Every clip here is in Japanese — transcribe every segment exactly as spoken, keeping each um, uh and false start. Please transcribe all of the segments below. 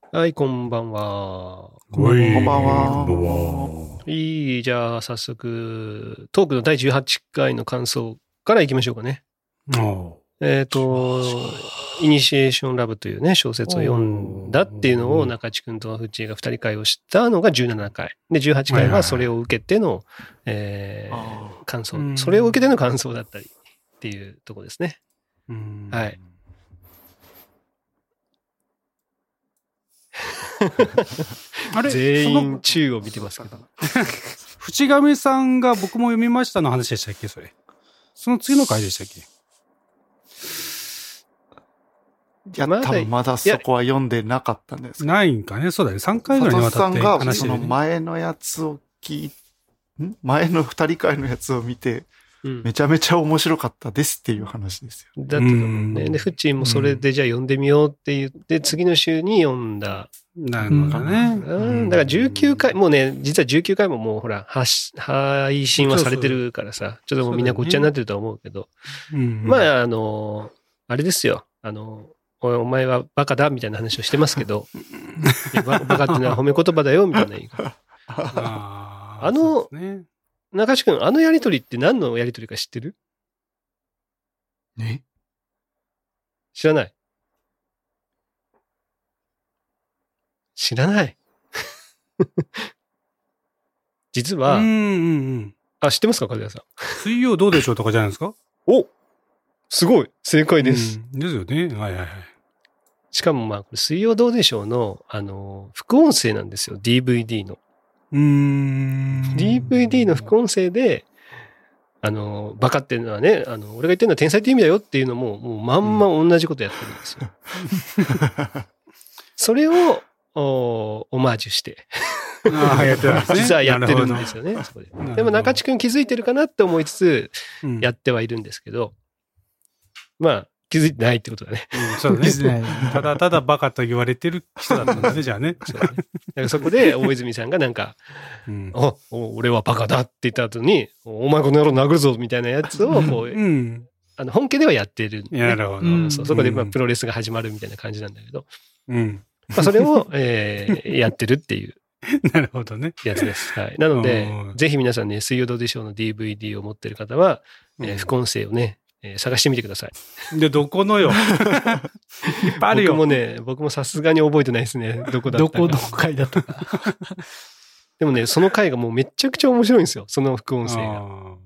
はい、こんばんは。 こんばんは。 いい、じゃあ早速、トークのだいじゅうはちかいの感想からいきましょうかね。えっと、イニシエーションラブというね、小説を読んだっていうのを中地君とフッチーが二人会をしたのがじゅうななかい。で、じゅうはちかいはそれを受けての、えー、感想。それを受けての感想だったりっていうところですね。はい。あれ全員宙を見てますけど。 淵上さんが僕も読みましたの話でしたっけそれ。その次の回でしたっけいや、ま、多分まだそこは読んでなかったんですないんかね。そうだね。さんかいぐらいにわたって話してる、ね。 佐々さんがその前のやつを聞い、ん前の二人会のやつを見て、うん、めちゃめちゃ面白かったですっていう話ですよ。 だったと思うね。で、フッチーもそれでじゃあ読んでみようって言って、次の週に読んだ。 なるほどね。 うん。だからじゅうきゅうかい、もうね、実はじゅうきゅうかいももうほら、配信はされてるからさ、ちょっともうみんなごっちゃになってるとは思うけど。うね、まあ、あの、あれですよ。あの、お前はバカだみたいな話をしてますけど、バ, バカってのは褒め言葉だよみたいな言い方。あ, あの、ね、中地君、あのやりとりって何のやりとりか知ってる？ え？ 知らない。知らない。実は、 うんうんうん、 あ、知ってますか、和也さん。 水曜どうでしょうとかじゃないですか？ お、すごい正解です。 うん、ですよね。はいはいはい。 しかもまあ、これ水曜どうでしょうの、あの、副音声なんですよ、ディーブイディー の。 うーん。 ディーブイディー の副音声で、あの、バカっていうのはね、あの、俺が言ってるのは天才って意味だよっていうのも、もうまんま同じことやってるんですよ。うん、それを、お、オマージュして。 ああ、やってますね。 実はやってるんですよね、そこで。でも中地君気づいてるかなって思いつつ、やってはいるんですけど、うん、まあ、気づいてないってことだね。 うん、そうだね。ただただバカと言われてる人だったんですね、じゃあね。 そうだね。だからそこで大泉さんがなんか、うん、お、俺はバカだって言った後に、お前この野郎殴るぞみたいなやつをこう、うん、あの本家ではやってる、ね。 なるほど。 うん、そうそこでまあプロレスが始まるみたいな感じなんだけど、 うん、 まあ、それを、えー、やってるっていう。 なるほどね。 やつです。はい。なので、ぜひ皆さんね、水曜どうでしょうの ディーブイディー を持ってる方は、えー、副音声をね、えー、探してみてください。 で、どこのよ。いっぱいあるよ。 僕もね、僕もさすがに覚えてないですね。どこだったか。 どこ、どこ回だったか。 でもね、その回がもうめちゃくちゃ面白いんですよ。その副音声が。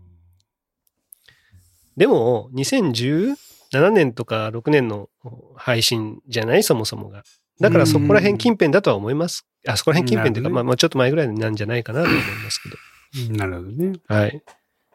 でも、にせんじゅうななねんとかろくねんの配信じゃないそもそもが。だからそこら辺近辺だとは思います。あそこら辺近辺というか、ね、まあ、まあちょっと前ぐらいなんじゃないかなと思いますけど。なるほどね。 はい。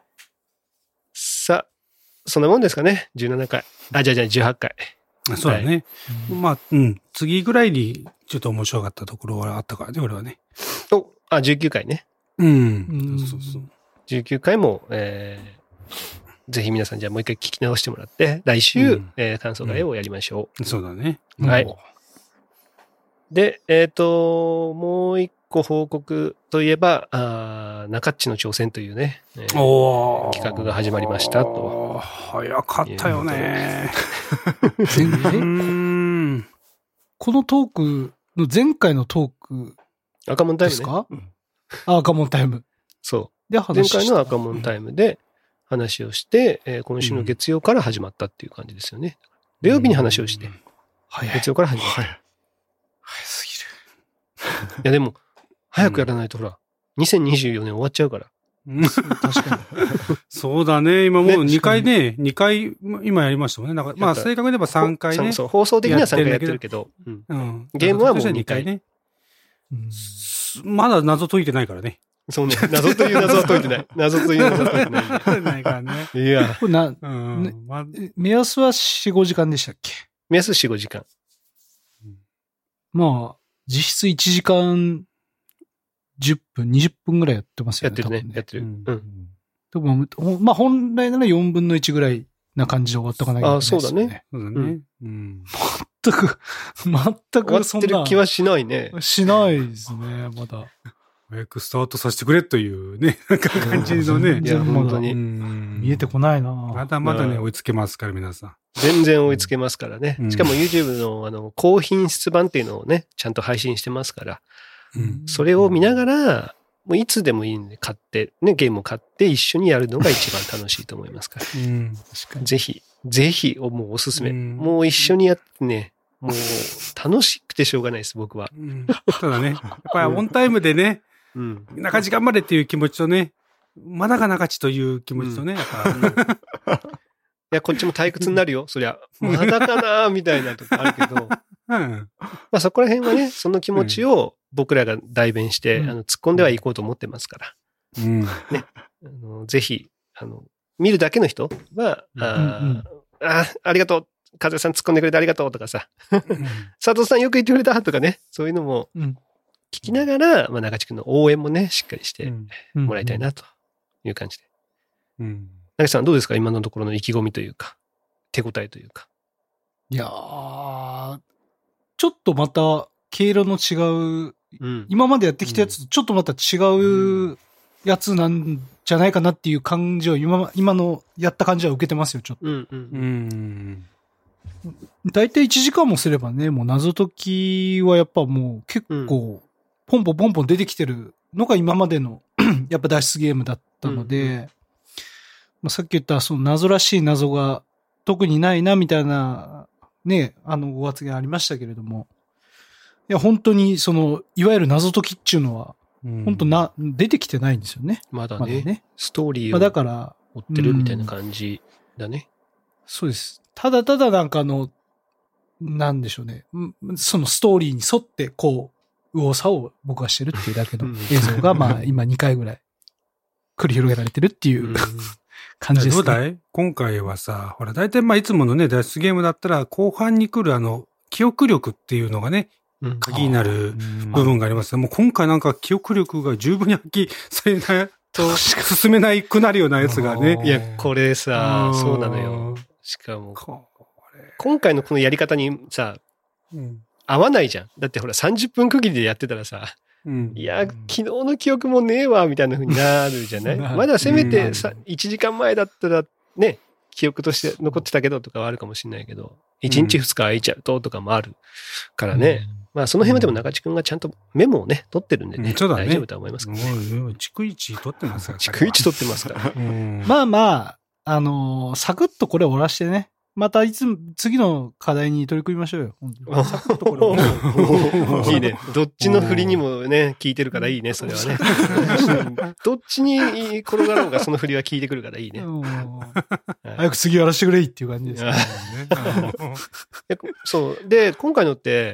さあ、そんなもんですかね。じゅうななかい。あ、じゃあじゃあじゅうはちかい。 そうだね。はい、まあ、うん。次ぐらいにちょっと面白かったところはあったからね、俺はね。 お、あ、じゅうきゅうかいね。 うん。うん、そうそう。 じゅうきゅうかいも、えー、ぜひ皆さんじゃあもう一回聞き直してもらって、来週、うんえー、感想会をやりましょう。 うん、そうだね。 はい。で、えっ、ー、と、もう一個報告といえば、あ中っちの挑戦というね、えー、 お企画が始まりましたと。 早かったよね。 全然このトークの前回のトーク赤門タイム、ね、 ですか、うん、あ、赤門タイム。 そう。 で、 前回の赤門タイムで話をして、えー、今週の月曜から始まったっていう感じですよね。土曜日に話をして、うん、月曜から始まった。 早い早すぎる。 いやでも、早くやらないとほら、にせんにじゅうよねん終わっちゃうから。 確かに。そうだね。今もうにかいね、にかい、今やりましたもんね。なんかまあ、正確に言えばさんかいね。 そうそう、放送的にはさんかいやってるけど、うんうん、ゲームはもうにかいね。 うん、まだ謎解いてないからね。 そうね。謎という謎は解いてない。謎という謎は解いてない。 解いてないからね。 いや。 これな、うんねまあ、目安はよん、ごじかんでしたっけ？ 目安よん、ごじかん。 まあ、実質いちじかんじゅっぷん、にじゅっぷんぐらいやってますよね。 やってるね。ねやってる。うん。 多分、まあ本来ならよんぶんのいちぐらいな感じで終わったかなきゃいけないですよね。 あ、そうだね。 そうだね。うん。 全く、全くそんな。 終わってる気はしないね。 しないですね、まだ。 早くスタートさせてくれというね、なんか感じのね。 いや、本当に。 見えてこないなまだまだね、追いつけますから、皆さん。 全然追いつけますからね。 うん、 しかも YouTube のあの高品質版っていうのをね、ちゃんと配信してますから、うん、それを見ながら、もういつでもいいんで買って、ね、ゲームを買って一緒にやるのが一番楽しいと思いますから。うん、確かにぜひ、ぜひ、もうおすすめ、うん。もう一緒にやってね、もう楽しくてしょうがないです、僕は。 うん、ただね、やっぱりオンタイムでね、うん、中地頑張れっていう気持ちとね、まだが中地という気持ちとね、うん、やっぱ、 いや、こっちも退屈になるよ、そりゃ。まだかなーみたいなとこあるけど、うん、まあそこら辺はね、その気持ちを僕らが代弁して、うん、あの突っ込んではいこうと思ってますから。うん、ね、あのぜひ、あの、見るだけの人は、うん、あ, うんあ、ありがとう。風さん突っ込んでくれてありがとうとかさ、うん、佐藤さんよく言ってくれたとかね、そういうのも聞きながら、まあ、中地君の応援もね、しっかりしてもらいたいなという感じで。うん、中地さんどうですか今のところの意気込みというか、手応えというか。 いやー、ちょっとまた毛色の違う、うん、今までやってきたやつとちょっとまた違うやつなんじゃないかなっていう感じを今、今のやった感じは受けてますよ、ちょっと。うんうんうんだいたいいちじかんもすればね、もう謎解きはやっぱもう結構、ポンポンポンポン出てきてるのが今までのやっぱ脱出ゲームだったので、うんうんまあ、さっき言ったその謎らしい謎が特にないなみたいなね、あのご発言ありましたけれども、いや本当にその、いわゆる謎解きっていうのは、本当な、出てきてないんですよね。 まだね。まだねストーリーを。だから、追ってるみたいな感じだね。 そうです。ただただなんかあの、なんでしょうね。そのストーリーに沿ってこう、右往左往僕はしてるっていうだけの映像がまあ今にかいぐらい繰り広げられてるっていう感じですね。 どうだい今回はさ、ほら大体まあいつものね、脱出ゲームだったら後半に来るあの、記憶力っていうのがね、鍵になる部分がありますが、もう今回なんか記憶力が十分に発揮されないと進めないくなるようなやつがね。 いや、これさ、そうなのよ。しかも、今回のこのやり方にさ、うん、合わないじゃん。だってほらさんじゅっぷん区切りでやってたらさ、うん、いや、昨日の記憶もねえわ、みたいな風になるじゃないまだせめてさ、いちじかんまえだったらね、記憶として残ってたけどとかはあるかもしれないけど、いちにちふつか空いちゃうととかもあるからね。うん、まあその辺はでも中地くんがちゃんとメモをね、取ってるんでね、うん、そうだね大丈夫とは思いますけどね。 もう、逐一取ってますから。 逐一取ってますから。うん、 まあまあ、あのー、サクッとこれを終わらしてね、またいつも、次の課題に取り組みましょうよ。サクッとこれをいいね。どっちの振りにもね、効いてるからいいね、それはね。どっちに転がろうがその振りは効いてくるからいいね。 早く次やらせてくれいっていう感じですね。 そう。で、今回のって、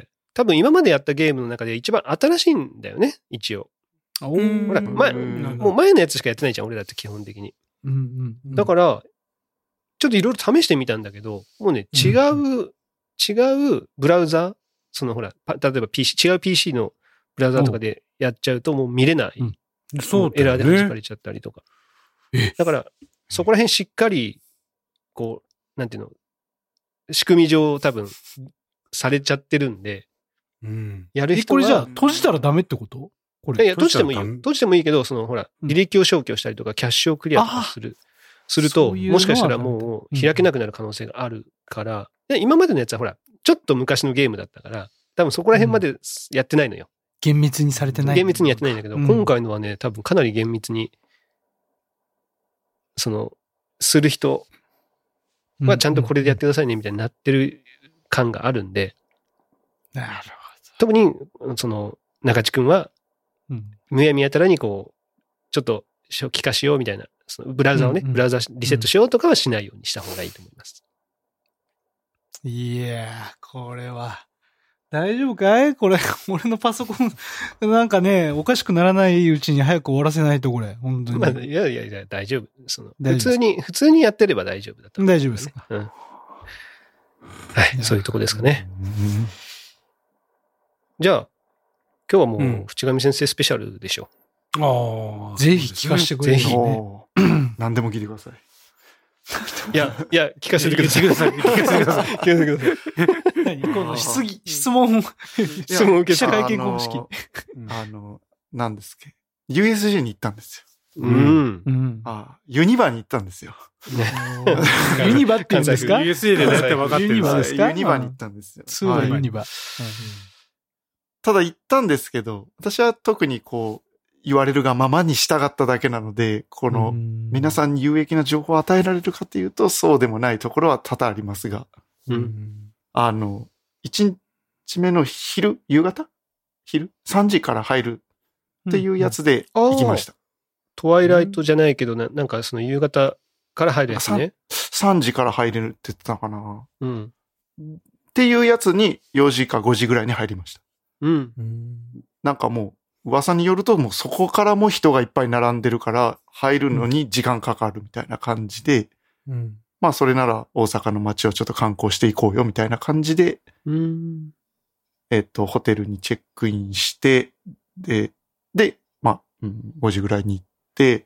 多分今までやったゲームの中で一番新しいんだよね、一応。ほら、前、もう前のやつしかやってないじゃん、俺だって基本的に。うんうん、だから、ちょっといろいろ試してみたんだけど、もうね、違う、うん、違うブラウザー、そのほら、例えば ピーシー、違う ピーシー のブラウザーとかでやっちゃうともう見れない。うん、そうだね、エラーで弾かれちゃったりとか。だから、そこら辺しっかり、こう、なんていうの、仕組み上多分、されちゃってるんで、 うん、やる人は。これじゃあ、閉じたらダメってことこれ。 いや、閉じてもいいよ。閉じてもいいけど、そのほら、履歴を消去したりとか、キャッシュをクリアとかする。すると、もしかしたらもう開けなくなる可能性があるから、で今までのやつはほら、ちょっと昔のゲームだったから、多分そこら辺までやってないのよ。 うん、厳密にされてない。 厳密にやってないんだけど、うん、今回のはね、多分かなり厳密に、その、する人はちゃんとこれでやってくださいねみたいになってる感があるんで、 なるほど。 特に、その、中地くんは、むやみやたらにこう、ちょっと初期化しようみたいな、そのブラウザをね、うんうん、ブラウザリセットしようとかはしないようにした方がいいと思います。 うん、いやー、これは、大丈夫かいこれ、俺のパソコン、なんかね、おかしくならないうちに早く終わらせないと、これ、本当に。まあ、 いやいやいや、大丈夫。その普通に、普通にやってれば大丈夫だと、 ね。大丈夫ですか。 うん。はい、そういうとこですかね。うん、じゃあ、今日はもう、淵上先生スペシャルでしょ。 ああ。ぜひ聞かせてくれ、ね。ぜひね。 何でも聞いてください。 いや、いや、聞かせてください。聞かせてください。聞かせてください。 何この質疑、質問、 質問受け記者会見公式。 あの、何ですっけ。 ユーエスジェー に行ったんですよ。うん。 うん。 ああ、ユニバに行ったんですよ。 ユニバって言うんですか？ ユーエスジェー でねって分かってる。 ユニバですか？ ユニバに行ったんですよ。 ツーのユニバ。 ただ行ったんですけど、私は特にこう、言われるがままに従っただけなので、この、皆さんに有益な情報を与えられるかというと、そうでもないところは多々ありますが、 うん、 あの、一日目の昼、夕方昼 ?さん 時から入るっていうやつで行きました。 うん、トワイライトじゃないけどな、なんかその夕方から入るやつね。 さんじから入れるって言ってたのかな。 うん。 っていうやつによじかごじぐらいに入りました。 うん。 なんかもう、噂によるともうそこからも人がいっぱい並んでるから入るのに時間かかるみたいな感じで、 うん、 まあそれなら大阪の街をちょっと観光していこうよみたいな感じで、 うん、 えっと、ホテルにチェックインして、で、で、まあ、うん、ごじぐらいに行って、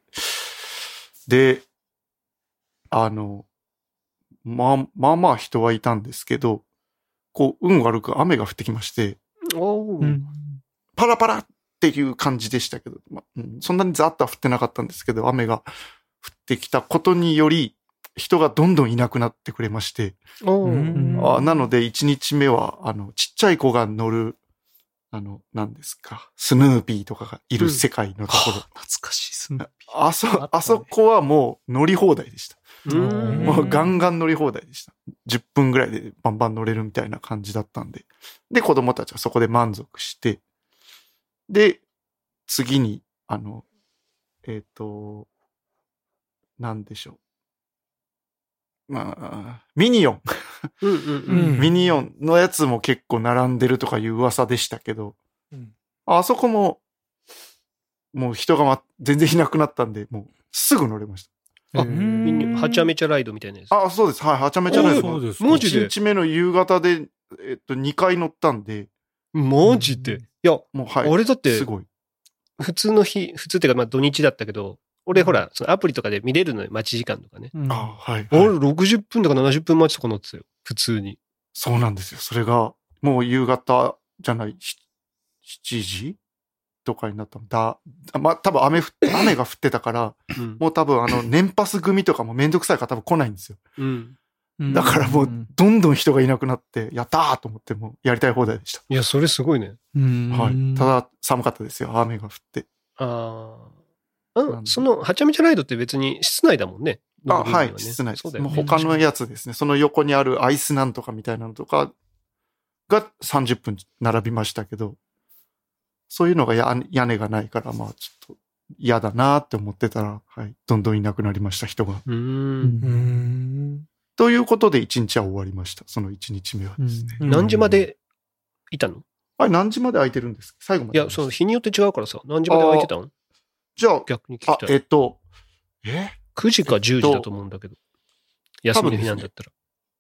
で、あの、まあ、まあまあ人はいたんですけど、こう、運悪く雨が降ってきまして、 おうん、 パラパラっていう感じでしたけど、まあうん、そんなにザーッとは降ってなかったんですけど、雨が降ってきたことにより、人がどんどんいなくなってくれまして、あなのでいちにちめは、あの、ちっちゃい子が乗る、あの、何ですか、スヌーピーとかがいる世界のところ。うん、 懐かしいスヌーピー。 あそ、あ, ね、あそこはもう乗り放題でした。もうガンガン乗り放題でした。じゅっぷんぐらいでバンバン乗れるみたいな感じだったんで。で、子供たちはそこで満足して、で、次に、あの、えっと、なんでしょう。まあ、ミニオン。 うんうんうん、 ミニオンのやつも結構並んでるとかいう噂でしたけど、うん、あそこも、もう人が、ま、全然いなくなったんで、もうすぐ乗れました。 あ、ミニオン、はちゃめちゃライドみたいなやつ。 あ、そうです。はい、はちゃめちゃライド。 そうです。 マジで ?いち日目の夕方で、えっと、にかい乗ったんで。 マジで、うん、いや、 もうはい。 俺だって、 すごい。 普通の日、普通っていうか、まあ土日だったけど、俺ほら、そのアプリとかで見れるのよ、待ち時間とかね。 うん、あ、はい、はい。 俺ろくじゅっぷんとかななじゅっぷん待ちとか乗ってたよ。普通に。 そうなんですよ。それが、もう夕方じゃない、しちじとかになったんだ。まあ、多分雨降って、雨が降ってたから、うん、もう多分あの、年パス組とかもめんどくさいから多分来ないんですよ。 うん。 だからもう、どんどん人がいなくなって、やったーと思って、もうやりたい放題でした。 いや、それすごいね。 はい。ただ、寒かったですよ。雨が降って。 ああ。あ、その、はちゃめちゃライドって別に室内だもんね。 あ、はい、室内です。そうだよね、もう他のやつですね。その横にあるアイスなんとかみたいなのとかがさんじゅっぷん並びましたけど、そういうのがや屋根がないから、まあちょっと嫌だなって思ってたら、はい、どんどんいなくなりました、人が。 うーん。 ということで一日は終わりました。その一日目はですね。 何時までいたの？ あれ何時まで空いてるんですか？最後まで。 いや、その日によって違うからさ、何時まで空いてたの？ じゃあ、 逆に聞きたい。 あ、えっと、えくじかじゅうじだと思うんだけど。えっと、休みの日なんだったら。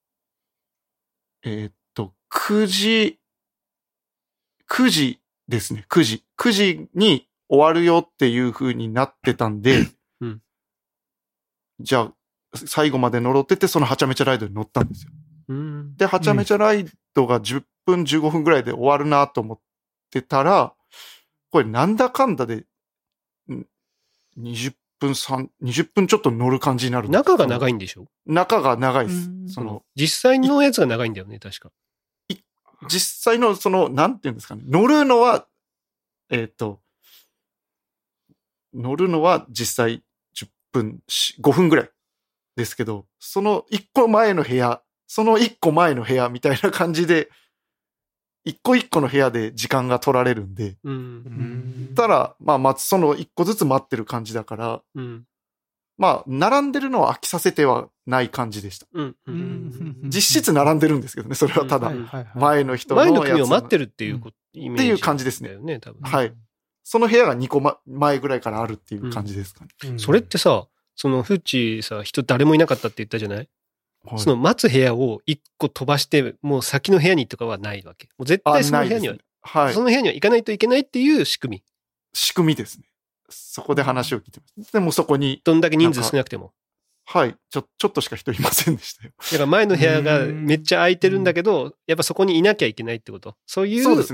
えー、っと、くじ、くじですね、くじ。くじに終わるよっていう風になってたんで、 うん、 じゃあ、最後まで乗ろうってって、そのはちゃめちゃライドに乗ったんですよ。 うん、 で、はちゃめちゃライドがじゅっぷん、じゅうごふんぐらいで終わるなと思ってたら、これなんだかんだで、にじゅっぷん、にじゅっぷんちょっと乗る感じになる。 中が長いんでしょ？ 中が長いです。その実際のやつが長いんだよね、確か。 実際の、その、なんていうんですかね。乗るのは、えっと、乗るのは実際じゅっぷん、ごふんぐらいですけど、そのいっこまえの部屋、そのいっこまえの部屋みたいな感じで、一個一個の部屋で時間が取られるんで、 うん、 ただ、まあ、まあ、その一個ずつ待ってる感じだから、 うん、 まあ、並んでるのは飽きさせてはない感じでした。 うんうん、 実質並んでるんまえですけどね、それはただ、前の人の前の組を待ってるっていうこと、 イメージっていう感じですね。 多分はい。その部屋がにこまえぐらいからあるっていう感じですかね。 うん、それってさ、そのフッチさ、人誰もいなかったって言ったじゃない？はい、その待つ部屋を一個飛ばして、もう先の部屋にとかはないわけ。もう絶対その部屋には、ね、はい、その部屋には行かないといけないっていう仕組み。 仕組みですね。そこで話を聞いてます。でもそこに。 どんだけ人数少なくても。 はい。ちょ、ちょっとしか人いませんでしたよ。 だから前の部屋がめっちゃ空いてるんだけど、やっぱそこにいなきゃいけないってこと。そういう。 そうですね。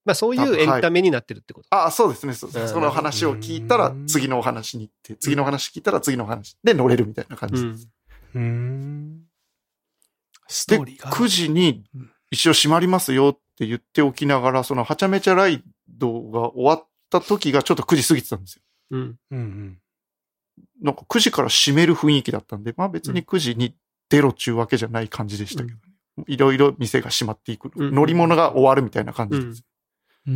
まあそういうエンタメになってるってこと。 はい、ああ、そうですね。そうですね。その話を聞いたら次のお話に行って、次のお話聞いたら次のお話で乗れるみたいな感じです。うん。うんストーリーが。で、くじに一応閉まりますよって言っておきながら、そのはちゃめちゃライドが終わった時がちょっとくじ過ぎてたんですよ。うん。うんうん。なんかくじから閉める雰囲気だったんで、まあ別にくじに出ろっちゅうわけじゃない感じでしたけどね。いろいろ店が閉まっていく。乗り物が終わるみたいな感じです。うん、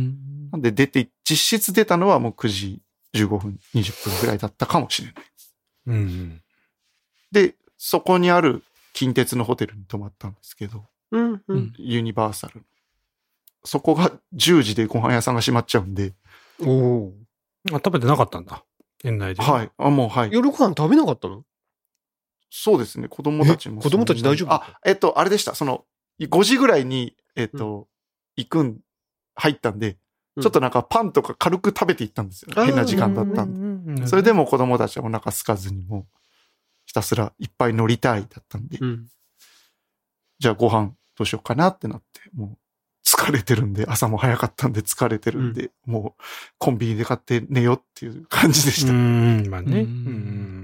なんで出て、実質出たのはもうくじじゅうごふん、にじゅっぷんぐらいだったかもしれないです。うん、で、そこにある近鉄のホテルに泊まったんですけど、うんうん、ユニバーサル。そこがじゅうじでご飯屋さんが閉まっちゃうんで。 おお。あ、食べてなかったんだ。園内で。 はい。あ、もうはい。 夜ご飯食べなかったの？ そうですね。子供たちも。 子供たち大丈夫？ あ、えっと、あれでした。その、ごじぐらいに、えっと、うん、行くん、入ったんで、ちょっとなんかパンとか軽く食べていったんですよ。うん、変な時間だったんで。それでも子供たちはお腹空かずにもう、ひたすらいっぱい乗りたいだったんで、うん、じゃあご飯どうしようかなってなって、もう疲れてるんで、朝も早かったんで疲れてるんで、うん、もうコンビニで買って寝よっていう感じでした。うん、まあね。うん、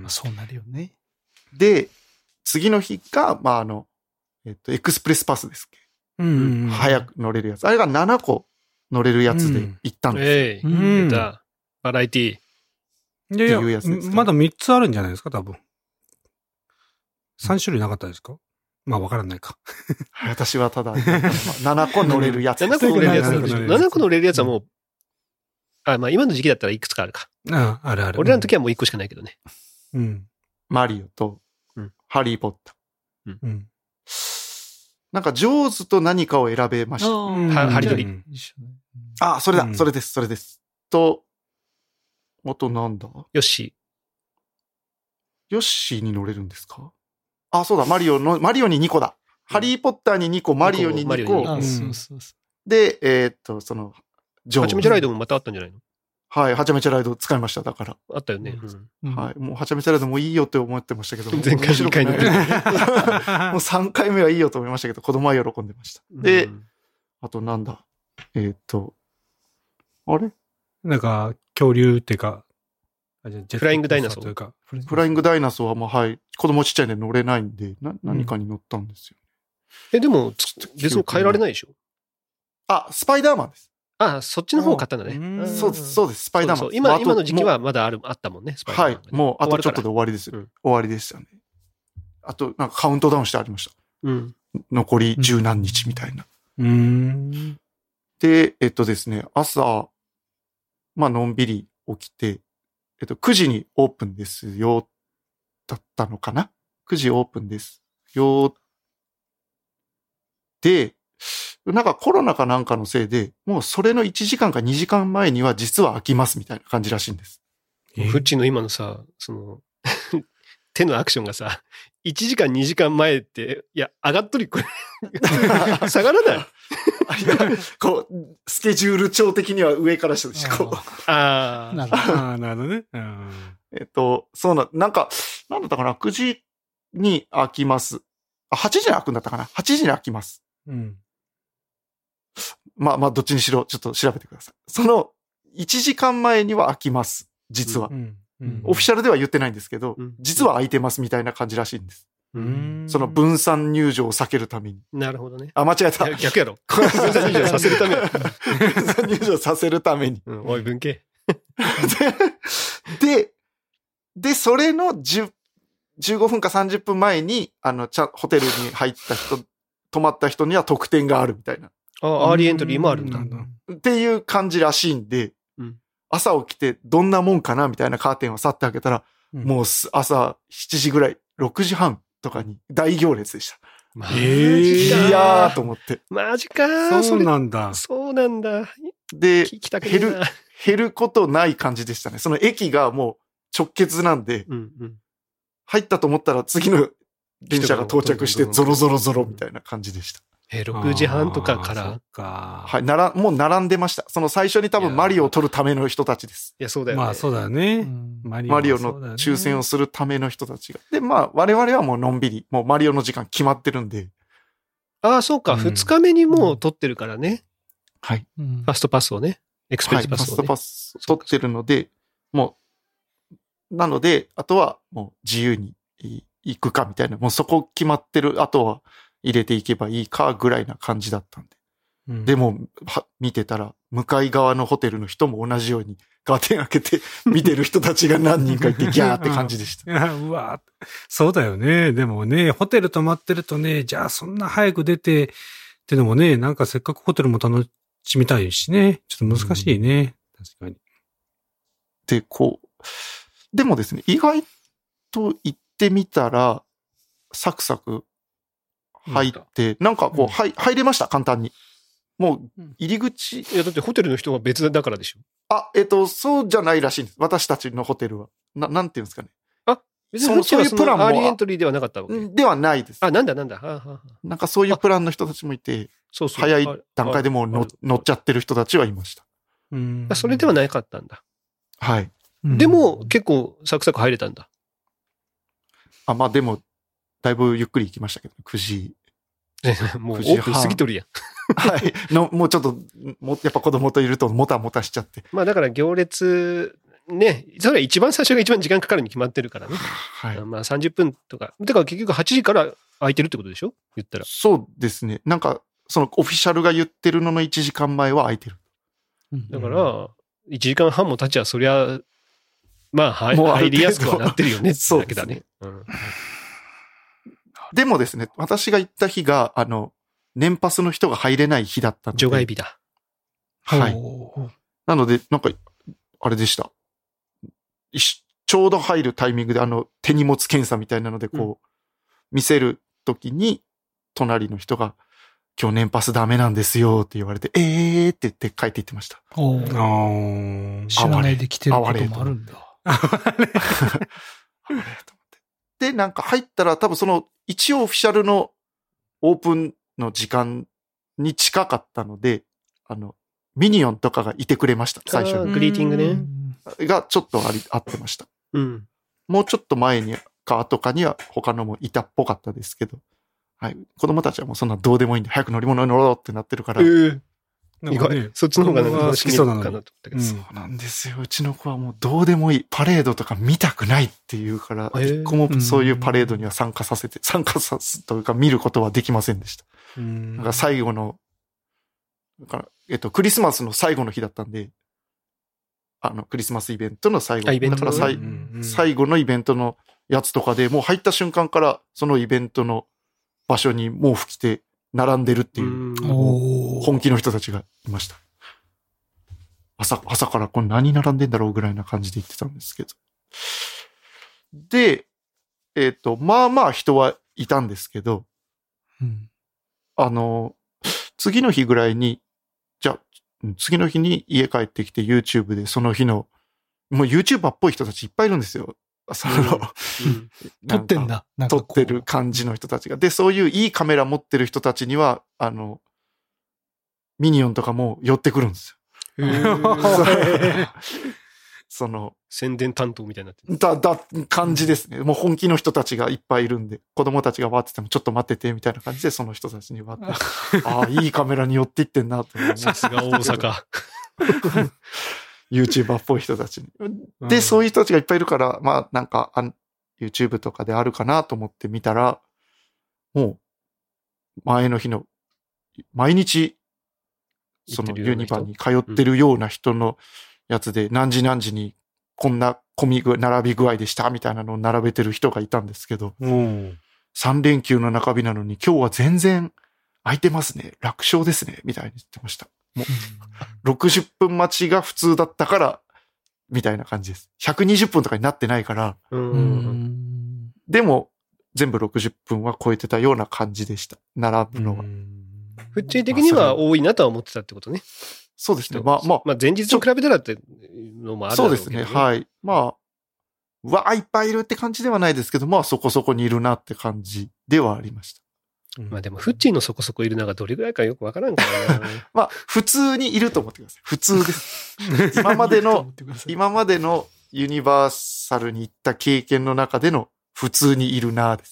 そうなるよね。 で、次の日が、まああの、えっと、エクスプレスパスですっけ。うん、早く乗れるやつ。あれがななこ乗れるやつで行ったんですよ。ええー、 出た。バラエティー。いやいや、まだみっつあるんじゃないですか、多分。さん種類なかったですか？まあ、わからないか。 私はただ、ななこ乗れるやつ。 ななこ乗れるやつなんでしょ。ななこ乗れるやつはもう、あ、まあ今の時期だったらいくつかあるか。 ああ、あるある。 俺らの時はもういっこしかないけどね。 うん。マリオと、ハリーポッター。うん。なんか、ジョーズと何かを選べました。 は、ハリドリ。 あ、それだ、それです、それです。と、あとなんだ？ ヨッシー。ヨッシーに乗れるんですか？あ、そうだ、マリオの、マリオににこだ。ハリーポッターににこ、マリオににこ。で、えっと、その、 ジョーズ。はちみちライドもまたあったんじゃないの？ はい、はちゃめちゃライド使いました、だから。 あったよね。 うん、はい。もうはちゃめちゃライドもういいよって思ってましたけど。 前回にかい乗ってもうさんかいめはいいよと思いましたけど、子供は喜んでました。で、うん、あとなんだ。えー、っと、あれなんか、恐竜っていうか、 フライングダイナソーというか。フライングダイナソーはもう、はい。子供ちっちゃいんで乗れないんで、な、何かに乗ったんですよ。 うん、え、でも、別に変えられないでしょ？ あ、スパイダーマンです。 ああ、そっちの方を買ったんだね。 そうです、そうです、スパイダーマン。 そうそう今、今の時期はまだある、あったもんね、スパイダーマン、ね。 はい。もう、あとちょっとで終わりですよ。うん、終わりでしたね。あと、なんかカウントダウンしてありました。うん。残り十何日みたいな。うん。で、えっとですね、朝、まあ、のんびり起きて、えっと、くじにオープンですよ、だったのかな？ く 時オープンですよ。で、なんかコロナかなんかのせいで、もうそれのいちじかんかにじかんまえには実は開きますみたいな感じらしいんです。 フッチの今のさ、その、手のアクションがさ、いちじかんにじかんまえって、いや、上がっとり、これ、下がらないこう、スケジュール帳的には上から下でしこう。 ああ。 なるほど。なるほどね。 えっと、そうな、なんか、なんだったかな、くじに開きます。あ、はちじに開くんだったかな ?はち 時に開きます。うん。まあまあ、どっちにしろ、ちょっと調べてください。その、いちじかんまえには開きます。実は。うんうん、オフィシャルでは言ってないんですけど、うん、実は開いてますみたいな感じらしいんです。うん、その分散入場を避けるために。 なるほどね。 あ、間違えた。 逆やろ。分散入場させるために。 分散入場させるために。 うん、おい、文系。 で、で、それのじゅう、じゅうごふんかさんじゅっぷんまえに、あの、ちゃホテルに入った人、泊まった人には特典があるみたいな。 ああ、アーリーエントリーもあるんだ。 っていう感じらしいんで、うん、朝起きてどんなもんかなみたいなカーテンを去って開けたら、うん、もう朝しちじぐらい、ろくじはんとかに大行列でした。 マジか。いやーと思って。 マジか。 そうなんだ。 そうなんだ。 で、減る、減ることない感じでしたね。その駅がもう直結なんで、うんうん、入ったと思ったら次の電車が到着してゾロゾロゾロみたいな感じでした。 え、ろくじはんとかから。 かはい、なら、もう並んでました。その最初に多分マリオを取るための人たちです。 いや、そうだよね。 まあ、そうだよね。 マリオ、マリオの抽選をするための人たちが。で、まあ、我々はもうのんびり、もうマリオの時間決まってるんで。 ああ、そうか。二、うん、日目にもう取ってるからね。 はい。 ファストパスをね。エクスプレスパスをね。 はい、ファストパス取ってるので、もう、なので、あとはもう自由に行くかみたいな、もうそこ決まってる、あとは入れていけばいいかぐらいな感じだったんで。うん、でも、見てたら、向かい側のホテルの人も同じようにカーテン開けて見てる人たちが何人かいてギャーって感じでした。 うわそうだよね。でもね、ホテル泊まってるとね、じゃあそんな早く出てってのもね、なんかせっかくホテルも楽しみたいしね。ちょっと難しいね。うん、確かに。 で、こう、でもですね、意外と行ってみたら、サクサク入って、なんかこう、うん、入れました、簡単に。もう、入り口、 いや、だってホテルの人は別だからでしょ。 あ、えっと、そうじゃないらしいんです。私たちのホテルは。な、なんていうんですかね。 あ、別にそういうプランも。アーリーエントリーではなかったわけではないです。 あ、なんだなんだ。はあはあ、 なんかそういうプランの人たちもいて、そうそう早い段階でもう乗っちゃってる人たちはいました。 うん。それではなかったんだ。 はい。 でも、結構サクサク入れたんだ。 あ、まあでも、だいぶゆっくり行きましたけど、くじ。 もうオープン過ぎとるやん。 はい。の、もうちょっと、もやっぱ子供といるともたもたしちゃって。 まあだから行列、ね、それは一番最初が一番時間かかるに決まってるからね。はい。まあさんじゅっぷんとか。だから結局はちじから空いてるってことでしょ言ったら。 そうですね。なんか、そのオフィシャルが言ってるののいちじかんまえは空いてる。 だから、いちじかんはんも経ちゃそりゃ、まあ入りやすくはなってるよねってだけだね。うん、 でもですね、私が行った日が、あの、年パスの人が入れない日だったので。 除外日だ。 はい。なので、なんか、あれでした。ちょうど入るタイミングで、あの、手荷物検査みたいなので、こう、うん、見せるときに、隣の人が、今日年パスダメなんですよって言われて、えーって言って帰っていってました。 おー。知らないで来てることもあるんだ。 で、なんか入ったら多分その一応オフィシャルのオープンの時間に近かったので、あの、ミニオンとかがいてくれました、最初に。 グリーティングね。 がちょっとあり、あってました。 うん。 もうちょっと前にか後かには他のもいたっぽかったですけど、はい。子供たちはもうそんなどうでもいいんで、早く乗り物に乗ろうってなってるから。えー意外、ね、そっちの方が好きそうなのかなと思ったけど。 そうなんですよ。うちの子はもうどうでもいい。パレードとか見たくないっていうから、一個もそういうパレードには参加させて、参加さすというか見ることはできませんでした。なんか最後の、だから、えっと、クリスマスの最後の日だったんで、あの、クリスマスイベントの最後。イベントだから最、うんうん、最後のイベントのやつとかでもう入った瞬間からそのイベントの場所に毛布着て並んでるっていう、本気の人たちがいました。朝、朝からこれ何並んでんだろうぐらいな感じで言ってたんですけど。で、えっと、まあまあ人はいたんですけど、うん、あの、次の日ぐらいに、じゃあ、次の日に家帰ってきて YouTube でその日の、もう YouTuber っぽい人たちいっぱいいるんですよ。その、うん、 撮ってんだ。 なんか撮ってる感じの人たちが。で、そういういいカメラ持ってる人たちには、あの、ミニオンとかも寄ってくるんですよ。その、 宣伝担当みたいになってる。 だ、だ、感じですね。もう本気の人たちがいっぱいいるんで、子供たちがわーっててもちょっと待ってて、みたいな感じでその人たちにわーって、ああ、いいカメラに寄っていってんなと思って。 さすが大阪。 YouTuber っぽい人たちに。で、うん、そういう人たちがいっぱいいるから、まあなんかあ、YouTube とかであるかなと思って見たら、もう、前の日の、毎日、そのユニバに通ってるような人のやつで、何時何時にこんな混み具、並び具合でしたみたいなのを並べてる人がいたんですけど、うん、さん連休の中日なのに今日は全然空いてますね。楽勝ですね。みたいに言ってました。もうろくじゅっぷん待ちが普通だったから、みたいな感じです。ひゃくにじゅっぷんとかになってないから、うんでも全部ろくじゅっぷんは超えてたような感じでした。並ぶのが。 普通的には多いなとは思ってたってことね。 そうですね。まあまあ。 まあ前日と比べたらってのもあるだろうけど、ね。 そうですね。はい。まあ、うわ、いっぱいいるって感じではないですけど、まあそこそこにいるなって感じではありました。 まあでも、フッチーのそこそこいるのがどれぐらいかよくわからんからな。 まあ、普通にいると思ってください。普通です。今までの、今までのユニバーサルに行った経験の中での普通にいるなです。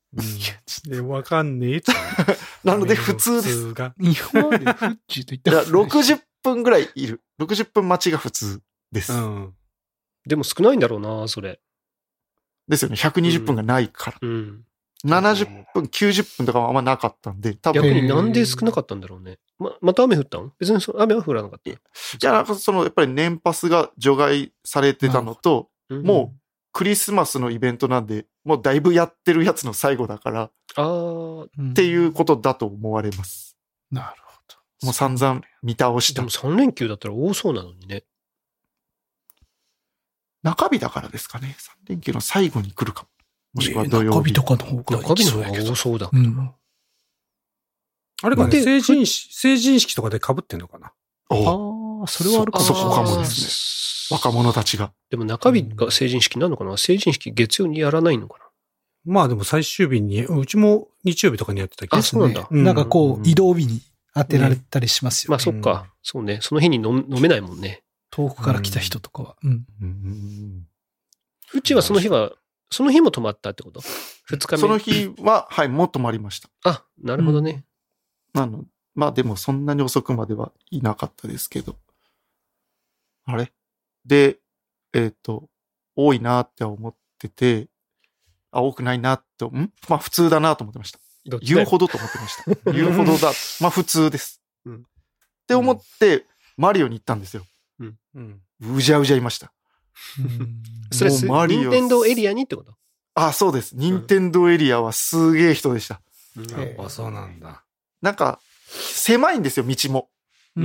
うん、で、わかんねえっなので普通です。 普通が。 今までフッチーと言ったら。 ろくじゅっぷんぐらいいる。ろくじゅっぷん待ちが普通です。うん。 でも少ないんだろうな、それ。 ですよね。ひゃくにじゅっぷんがないから。うん。うん、ななじゅっぷん、きゅうじゅっぷんとかはあんまなかったんで、 多分。逆になんで少なかったんだろうね。ま、また雨降ったの？別に雨は降らなかった。いや、なんかその、やっぱり年パスが除外されてたのと、うん、もうクリスマスのイベントなんで、もうだいぶやってるやつの最後だから、あっていうことだと思われます。 なるほど。 もう散々見倒した。 でもさん連休だったら多そうなのにね。 中日だからですかね。さん連休の最後に来るかも。もしくは土曜日。 中日とかの方が中日の方が多そうだけど。うん、 あれかね、成人式、成人式とかで被ってんのかな。 ああ、それはあるかもしれない。 そこかもですね。若者たちが。 でも中日が成人式なのかな、うん、成人式月曜にやらないのかな。 まあでも最終日に、うちも日曜日とかにやってたけど。 あ、そうなんだ。 うん、なんかこう、移動日に当てられたりしますよね。 まあそっか。そうね。その日に飲めないもんね。 遠くから来た人とかは。うん。うんうんうちはその日は、その日も泊まったってこと？二日目。 その日は、はい、もう泊まりました。 あ、なるほどね。 うん、あの、まあでもそんなに遅くまではいなかったですけど。あれで、えっと、多いなって思ってて、あ、多くないなって、んまあ普通だなと思ってました。言うほどと思ってました。言うほどだ。まあ普通です。うん、って思って、マリオに行ったんですよ。うんうん、うじゃうじゃいました。 それ、ニンテンドーエリアにってこと？ あ、そうです。ニンテンドーエリアはすげえ人でした。 うん、やっぱそうなんだ。 なんか、狭いんですよ、道も。うん、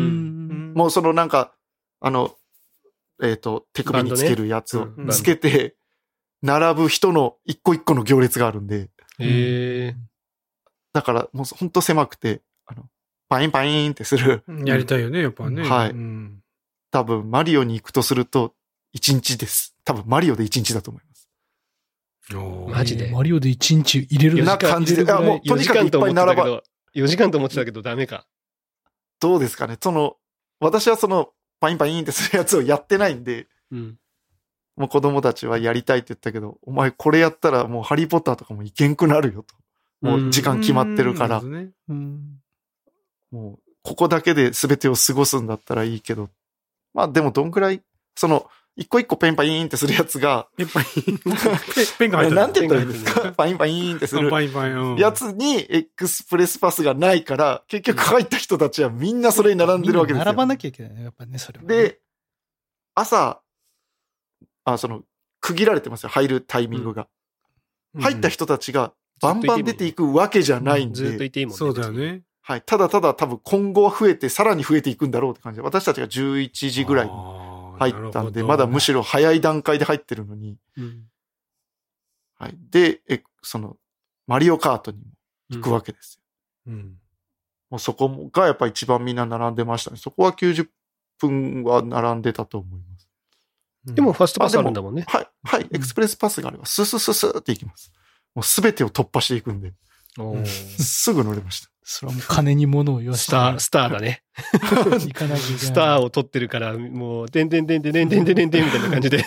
もうそのなんか、あの、えっと、手首につけるやつをつけて、並ぶ人の一個一個の行列があるんで。へだから、もうほんと狭くて、あの、パインパインってする。 やりたいよね、やっぱね。 はい。うん、多分、マリオに行くとすると、一日です。多分、マリオで一日だと思います。 マジでマリオで一日入れるな感じで。あ、もう、とにかくいっぱい並ば。 よじかんと思ってたけどダメか。 どうですかね。その、私はその、パインパインってするやつをやってないんで、うん、もう子供たちはやりたいって言ったけど、お前これやったらもうハリーポッターとかもいけんくなるよと。もう時間決まってるから。うん、うん、もう、ここだけで全てを過ごすんだったらいいけど。まあでもどんくらい、その、一個一個ペンパインってするやつが、ペンパインペンが入ってる。なんて言ったらいいんですか？パインパインってするやつにエクスプレスパスがないから、結局入った人たちはみんなそれに並んでるわけですよ。 並ばなきゃいけないね、やっぱね、それは、ね。 で、朝、あ、その、区切られてますよ、入るタイミングが。うん、入った人たちがバンバン出ていくわけじゃないんで。 ずっといていいもんね。 そうだよね。 はい。ただただ多分今後は増えて、さらに増えていくんだろうって感じで、私たちがじゅういちじぐらいに入ったんで、まだむしろ早い段階で入ってるのに。うん、はい。で、え、その、マリオカートにも行くわけですよ。うん。うん、もうそこがやっぱ一番みんな並んでましたね。そこはきゅうじゅっぷんは並んでたと思います。 でもファストパスあるんだもんね。 はい。はい。エクスプレスパスがあれば、ススススって行きます。もうすべてを突破していくんで。すぐ乗れました。 それはもう金に物を言わせて。スター、スターだね。 行かなきゃいけない。 スターを取ってるから、もう、でんでんでんでんでんでんでんでんでんみたいな感じで。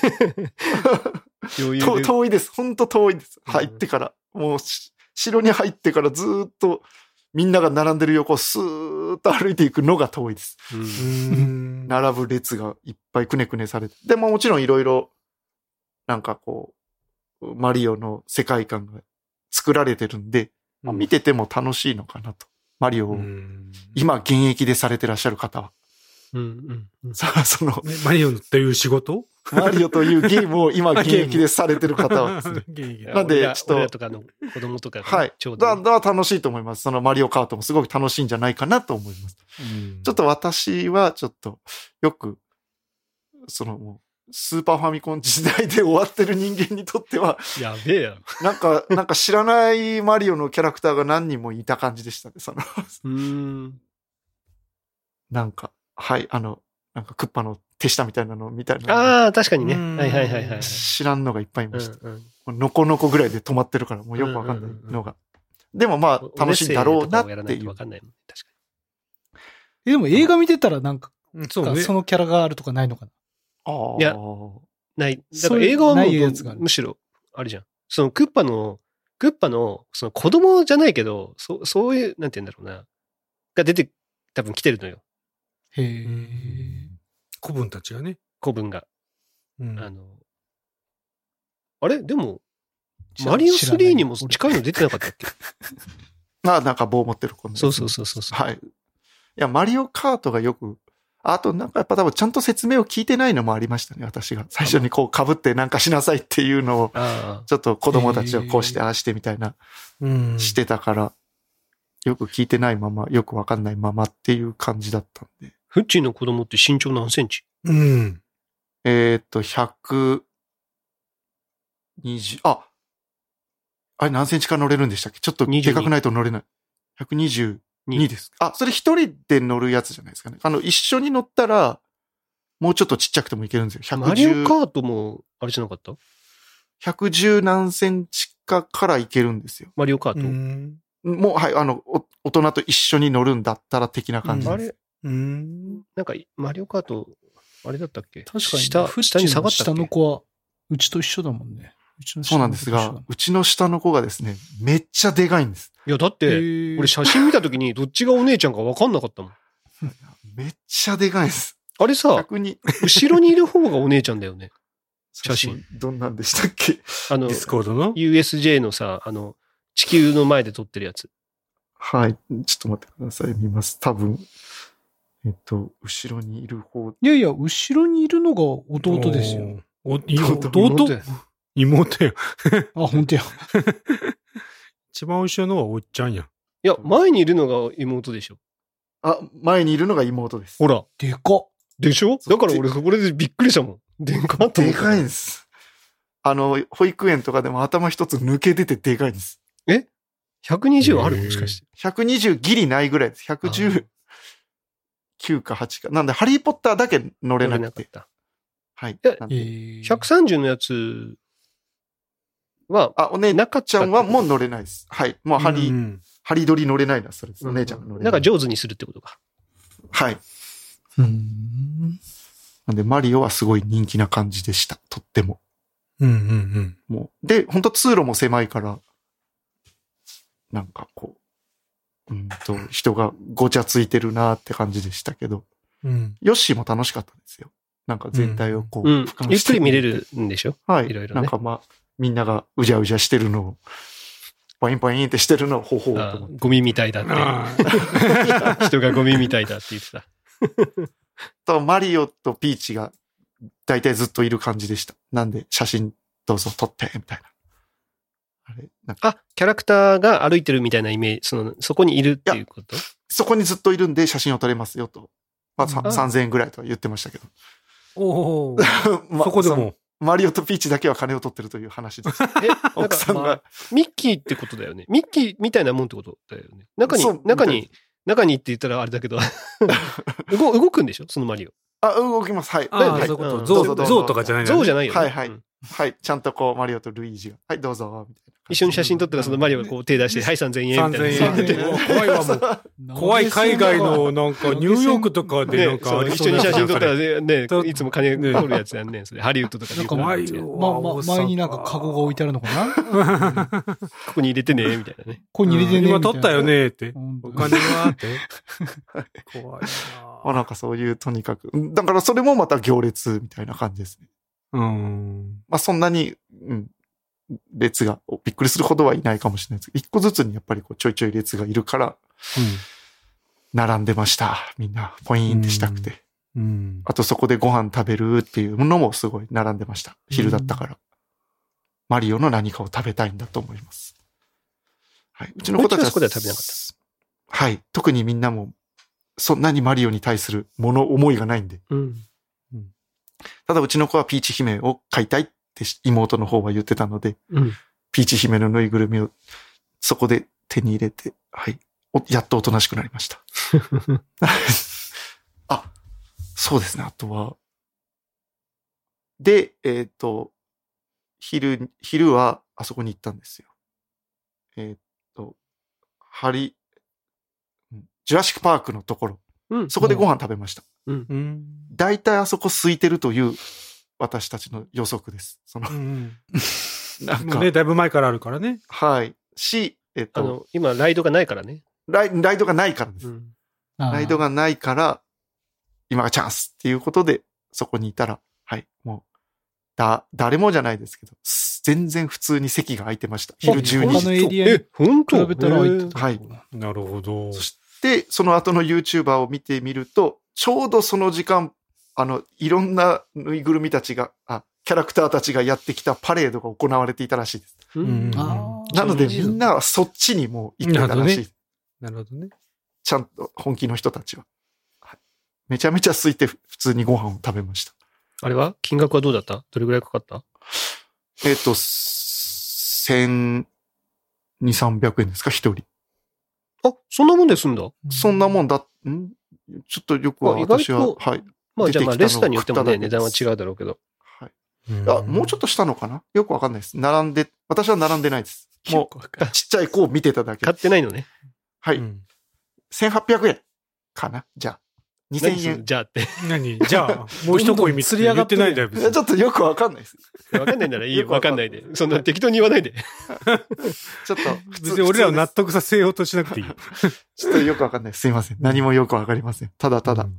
遠いです。ほんと遠いです。入ってから。もう、城に入ってからずっと、みんなが並んでる横をスーッと歩いていくのが遠いです。うん、並ぶ列がいっぱいくねくねされて。でももちろんいろいろ、なんかこう、マリオの世界観が作られてるんで、まあ、見てても楽しいのかなと。マリオを、今現役でされてらっしゃる方は。うんうんうん、さあ、その、 マリオという仕事マリオというゲームを今現役でされてる方はですね。なんで、ちょっと。 親とかの子供とか、ね。 はい。ちょうど。だ、だ楽しいと思います。そのマリオカートもすごく楽しいんじゃないかなと思います。うん、ちょっと私はちょっと、よく、そのもう、スーパーファミコン時代で終わってる人間にとっては、 やべえや。 なんか、なんか知らないマリオのキャラクターが何人もいた感じでしたね、その。うーん。なんか、はい、あの、なんかクッパの手下みたいなのみたいな。 ああ、確かにね。はいはいはいはい。 知らんのがいっぱいいました。うんうん、のこのこぐらいで止まってるからもうよくわかんないのが。でもまあ楽しいんだろうなっていう。 わかんないもん、確かに。え、でも映画見てたらなんか、そうね、そのキャラがあるとかないのかな。 ああ。 いや、ない。だから映画はもうむしろ、あれじゃん。そのクッパのクッパの、その子供じゃないけど、そそういう、なんて言うんだろうな、が出て、多分来てるのよ。 へえ。 子分たちがね。 子分が。 うん、 あの、あれでも、マリオスリーにも近いの出てなかったっけ？ あ、なんか棒持ってる子ね。 そうそうそうそう。 はい。いや、マリオカートがよく、あとなんかやっぱ多分ちゃんと説明を聞いてないのもありましたね、私が。最初にこう被ってなんかしなさいっていうのを、ちょっと子供たちがこうしてああしてみたいな、してたから、よく聞いてないまま、よくわかんないままっていう感じだったんで。 フッチーの子供って身長何センチ？ うん。 えーっと、ひゃくにじゅう、あ、あれ何センチか乗れるんでしたっけ？ちょっとでかくないと乗れない。ひゃくにじゅうにです。あ、それ一人で乗るやつじゃないですかね。あの、一緒に乗ったら、もうちょっとちっちゃくてもいけるんですよ。ひゃくじゅう。 マリオカートも、あれじゃなかった？ ひゃくじゅう何センチかからいけるんですよ。 マリオカート？ うんもう、はい、あの、大人と一緒に乗るんだったら的な感じです。 あれうん。なんか、マリオカート、あれだったっけ？ 確かに、 下、下に下がったっけ？ 下の子は、うちと一緒だもんね。うちのそうなんですが、うちの下の子がですね、めっちゃでかいんです。 いや、だって、俺写真見たときに、どっちがお姉ちゃんか分かんなかったもん。 めっちゃでかいです。 あれさ、 逆に後ろにいる方がお姉ちゃんだよね。写真。 どんなんでしたっけ？ あの、 ディスコードのユーエスジェー のさ、あの、地球の前で撮ってるやつ。 はい。ちょっと待ってください。見ます。多分、えっと、後ろにいる方。 いやいや、後ろにいるのが弟ですよ。 お弟弟妹や。 あ、本当や。 一番後ろのはおっちゃんや。 いや、前にいるのが妹でしょ。 あ、前にいるのが妹です。 ほら。 でかっ。 でしょ？だから俺そこでびっくりしたもん。でかっと思った。 でかいんです。あの、保育園とかでも頭一つ抜け出てでかいんです。 え ?ひゃくにじゅう あるもしかして。 ひゃくにじゅうギリないぐらいです。ひゃくじゅうきゅうかはちか。なんで、ハリーポッターだけ乗れなくて。はい。 ひゃくさんじゅうのやつは、 あ、お姉ちゃんはもう乗れないです。はい。もうハリ、ハリドリ乗れないな、それです。お姉ちゃんが乗れない。 なんか上手にするってことか。 はい。うん。なんで、マリオはすごい人気な感じでした。とっても。 うんうんうん。 もう、で、本当通路も狭いから、なんかこう、うんと、人がごちゃついてるなって感じでしたけど、 うん、 ヨッシーも楽しかったですよ。なんか全体をこう、 うん、ゆっくり見れるんでしょ？ はい。 いろいろね。 なんかまあ、みんながうじゃうじゃしてるのを、ポインポインってしてるのをほほうと思って。 ゴミみたいだって。人がゴミみたいだって言ってた。 と、マリオとピーチが大体ずっといる感じでした。なんで、写真どうぞ撮って、みたいな。あれなんかあ、キャラクターが歩いてるみたいなイメージ、その、そこにいるっていうこと？ そこにずっといるんで写真を撮れますよと。まあ、さんぜんえんぐらいとは言ってましたけど。 おお、 まあ、 そこでも。 マリオとピーチだけは金を取ってるという話です。え、奥さんが、まあ。 ミッキーってことだよね。ミッキーみたいなもんってことだよね。中に、中に、中にって言ったらあれだけど動、動くんでしょそのマリオ。 あ、動きます。はい。 ああ、 はい、 そういうこと。ゾウ、ゾウとかじゃないの、 ね、ゾウじゃないよね。 はいはい。うん、はい。ちゃんとこう、マリオとルイージが。はい、どうぞ、みたいな。 一緒に写真撮ったらそのマリオがこう手出して、はい、さんぜんえんみたいな。 さんぜんえん。怖いわ、もう。怖い海外の、なんか、ニューヨークとかで、なんか、 一緒に写真撮ったらね、いつも金取るやつやんねん。それハリウッドとかで。 怖いよ。ま、ま、前になんかカゴが置いてあるのかなここに入れてね、みたいなね。 ここに入れてね。 今撮ったよね、って。お金はって。怖いな。 まあなんかそういう、とにかく。だからそれもまた行列みたいな感じですね。 うん。 まあそんなに、うん。列がびっくりするほどはいないかもしれないですけど、一個ずつにやっぱりこうちょいちょい列がいるから、並んでました。みんな、ポイーンってしたくて。 うんうん、 あとそこでご飯食べるっていうのもすごい並んでました。昼だったから。うん、マリオの何かを食べたいんだと思います。はい。うちの子たちは。 そこでは食べなかった。 はい。特にみんなも、そんなにマリオに対するもの思いがないんで。 うんうん、ただうちの子はピーチ姫を買いたいって妹の方は言ってたので、 うん、 ピーチ姫のぬいぐるみをそこで手に入れて、はい。やっとおとなしくなりました。あ、そうですね。あとは。で、えっ、ー、と、昼、昼はあそこに行ったんですよ。えっ、ー、と、ハリ、ジュラシックパークのところ。 うん、 そこでご飯食べました。 うんうん、 だいたいあそこ空いてるという私たちの予測です。その、 うん、 なんか。 ね、だいぶ前からあるからね。 はい。し、えっと。 あの、今、ライドがないからね。 ライライドがないからです。うん、ライドがないから、今がチャンスっていうことで、そこにいたら、はい、もう、だ、誰もじゃないですけど、全然普通に席が空いてました。昼じゅうにじ。 他のエリアに本当比べたら空いてた。 はい。 なるほど。 そして、その後の YouTuber を見てみると、ちょうどその時間、あの、いろんなぬいぐるみたちが、あ、キャラクターたちがやってきたパレードが行われていたらしいです。 うん、 なのでみんなはそっちにもう行ってたらしい。 なるほどね。 ちゃんと本気の人たちは。はい、めちゃめちゃ空いて普通にご飯を食べました。 あれは金額はどうだった？どれぐらいかかった？ えっと、せんにひゃく、さんびゃくえんですか、一人。 あ、そんなもんで済んだ？ そんなもんだ。んちょっとよくは私は、はい。 まあじゃあまあレスターによってもね、値段は違うだろうけど。 はい。あ、もうちょっとしたのかな？よくわかんないです。並んで、私は並んでないです。もう、ちっちゃい子を見てただけ。 買ってないのね。 はい。うん、せんはっぴゃくえんかな？じゃあ。にせんえん。 じゃあって。 何じゃあ、もう一声見つり上がってないんだよ。 ちょっとよくわかんないです。 わかんないならいいよ。わかんないで。そんな適当に言わないで。 ちょっと、 普通に俺らを納得させようとしなくていい。 ちょっとよくわかんない。すいません。何もよくわかりません。ただただ。うん、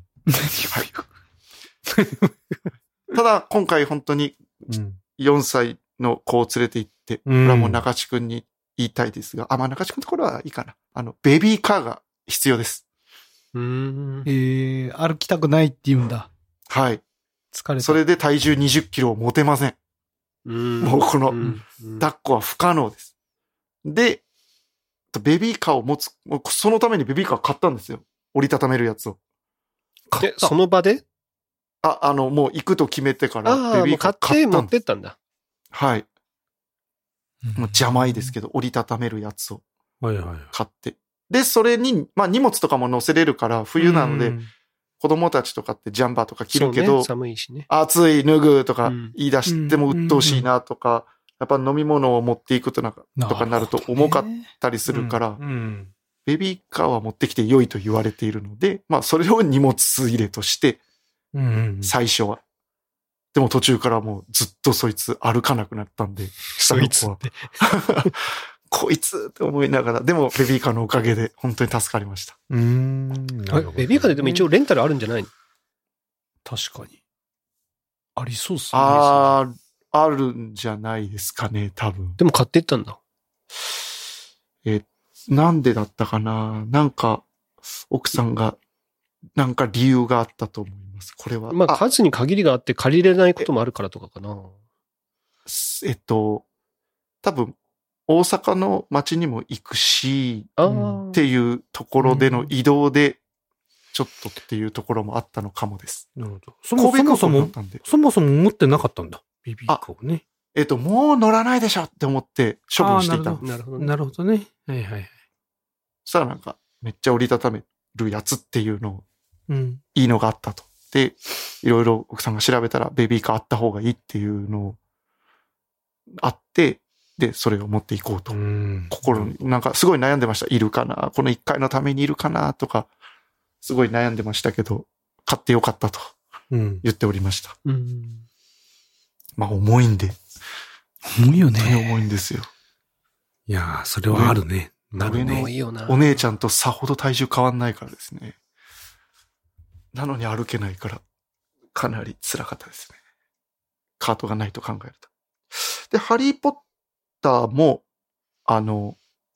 ただ、今回本当によんさいの子を連れて行って、うん、これはもう中地くんに言いたいですが、あ、まあ中地くんのところはいいかな。あの、ベビーカーが必要です。 うーん。 えー、歩きたくないって言うんだ。 はい。 疲れた。 それで体重にじゅっキロを持てません。 うんもうこの、抱っこは不可能です。で、ベビーカーを持つ、そのためにベビーカー買ったんですよ。折りたためるやつを。 で、その場で？ あ、あの、もう行くと決めてから、 ベビーカー買って持ってったんだ。 はい。もう邪魔いですけど、折りたためるやつを買って。で、それに、まあ荷物とかも乗せれるから、冬なので、子供たちとかってジャンバーとか着るけど、 ね、寒いしね。 暑い、脱ぐとか言い出しても鬱陶しいなとか、やっぱ飲み物を持っていくとなんか、とかなると重かったりするから、うんうん、ベビーカーは持ってきて良いと言われているので、まあそれを荷物入れとして、最初は。でも途中からもうずっとそいつ歩かなくなったんで、 そいつって。 こいつって思いながら、でもベビーカーのおかげで本当に助かりました。 うーん。 ベビーカーででも一応レンタルあるんじゃないの？ 確かに。ありそうっすね。 ああ、あるんじゃないですかね、多分。 でも買っていったんだ。 え、なんでだったかな？なんか、奥さんが、なんか理由があったと思います。これは。 まあ、数に限りがあって借りれないこともあるからとかかな。 えっと、多分、大阪の街にも行くし、っていうところでの移動で、ちょっとっていうところもあったのかもです。 なるほど。そもそもそも、そもそも持ってなかったんだ。ベビーカーをね。 えっと、もう乗らないでしょって思って処分していた。 なるほど。なるほどね。はいはいはい。 そしたらなんか、めっちゃ折りたためるやつっていうのを、 うん、 いいのがあったと。で、いろいろ奥さんが調べたら、ベビーカーあった方がいいっていうのを、あって、で、それを持っていこうと。心に、なんかすごい悩んでました。いるかな？この一回のためにいるかな？とか、すごい悩んでましたけど、買ってよかったと言っておりました。 うん、 まあ重いんで。 重いよね。 本当に重いんですよ。 いやー、それはあるね。 なるね。 お姉ちゃんとさほど体重変わんないからですね。なのに歩けないから、かなり辛かったですね。カートがないと考えると。で、ハリーポッターも、あの、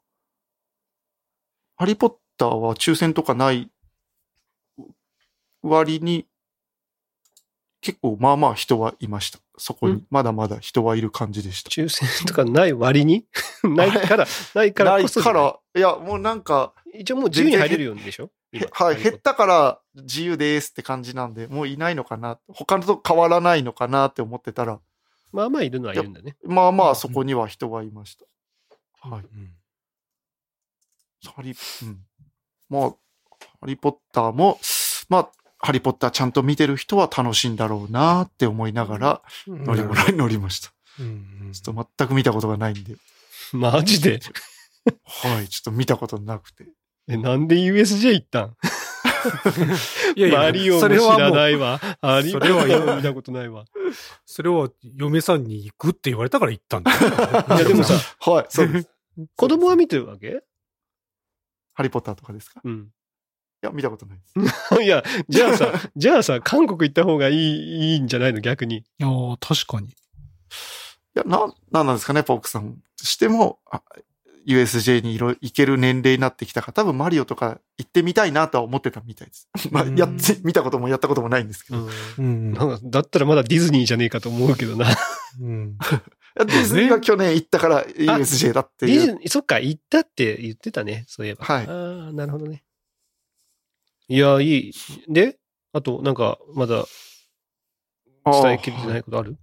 ハリーポッターは抽選とかない割に、結構まあまあ人はいました。そこに、まだまだ人はいる感じでした。 抽選とかない割にないから、ないからこそ。 ないから、いや、もうなんか。 一応もう自由に入れるようにでしょ？ はい、減ったから自由ですって感じなんで、もういないのかな。他のと変わらないのかなって思ってたら。 まあまあいるのはいるんだね。 まあまあそこには人はいました。うん、はい。うん、ハリ、うん。まあ、ハリーポッターも、まあ、ハリーポッターちゃんと見てる人は楽しいんだろうなって思いながら乗り物に乗りました。うんうん、ちょっと全く見たことがないんで。 マジではい、ちょっと見たことなくて。 え、なんで ユーエスジェー 行ったん？ いやいや、 マリオも知らないわ。マリオも見たことないわ。 それは嫁さんに行くって言われたから行ったんだよ。 いやでもさ、 はい、そうです。 子供は見てるわけ？ ハリーポッターとかですか？ うん。 いや、見たことないです。 いや、じゃあさ、じゃあさ、韓国行った方がいい、いいんじゃないの逆に。いや、確かに。いや、な、なんなんですかね、ポークさんとしても、ユーエスジェー にいろ行ける年齢になってきたから、多分マリオとか行ってみたいなとは思ってたみたいです。まあ、やって、見たこともやったこともないんですけど。 うん、なんかだったらまだディズニーじゃねえかと思うけどな。うん、 ディズニーは去年行ったから ユーエスジェー だっていう。 ディズニー、そっか、行ったって言ってたね、そういえば。 はい。 ああ、なるほどね。いや、いい。で、あと、なんか、まだ、伝えきれてないことある？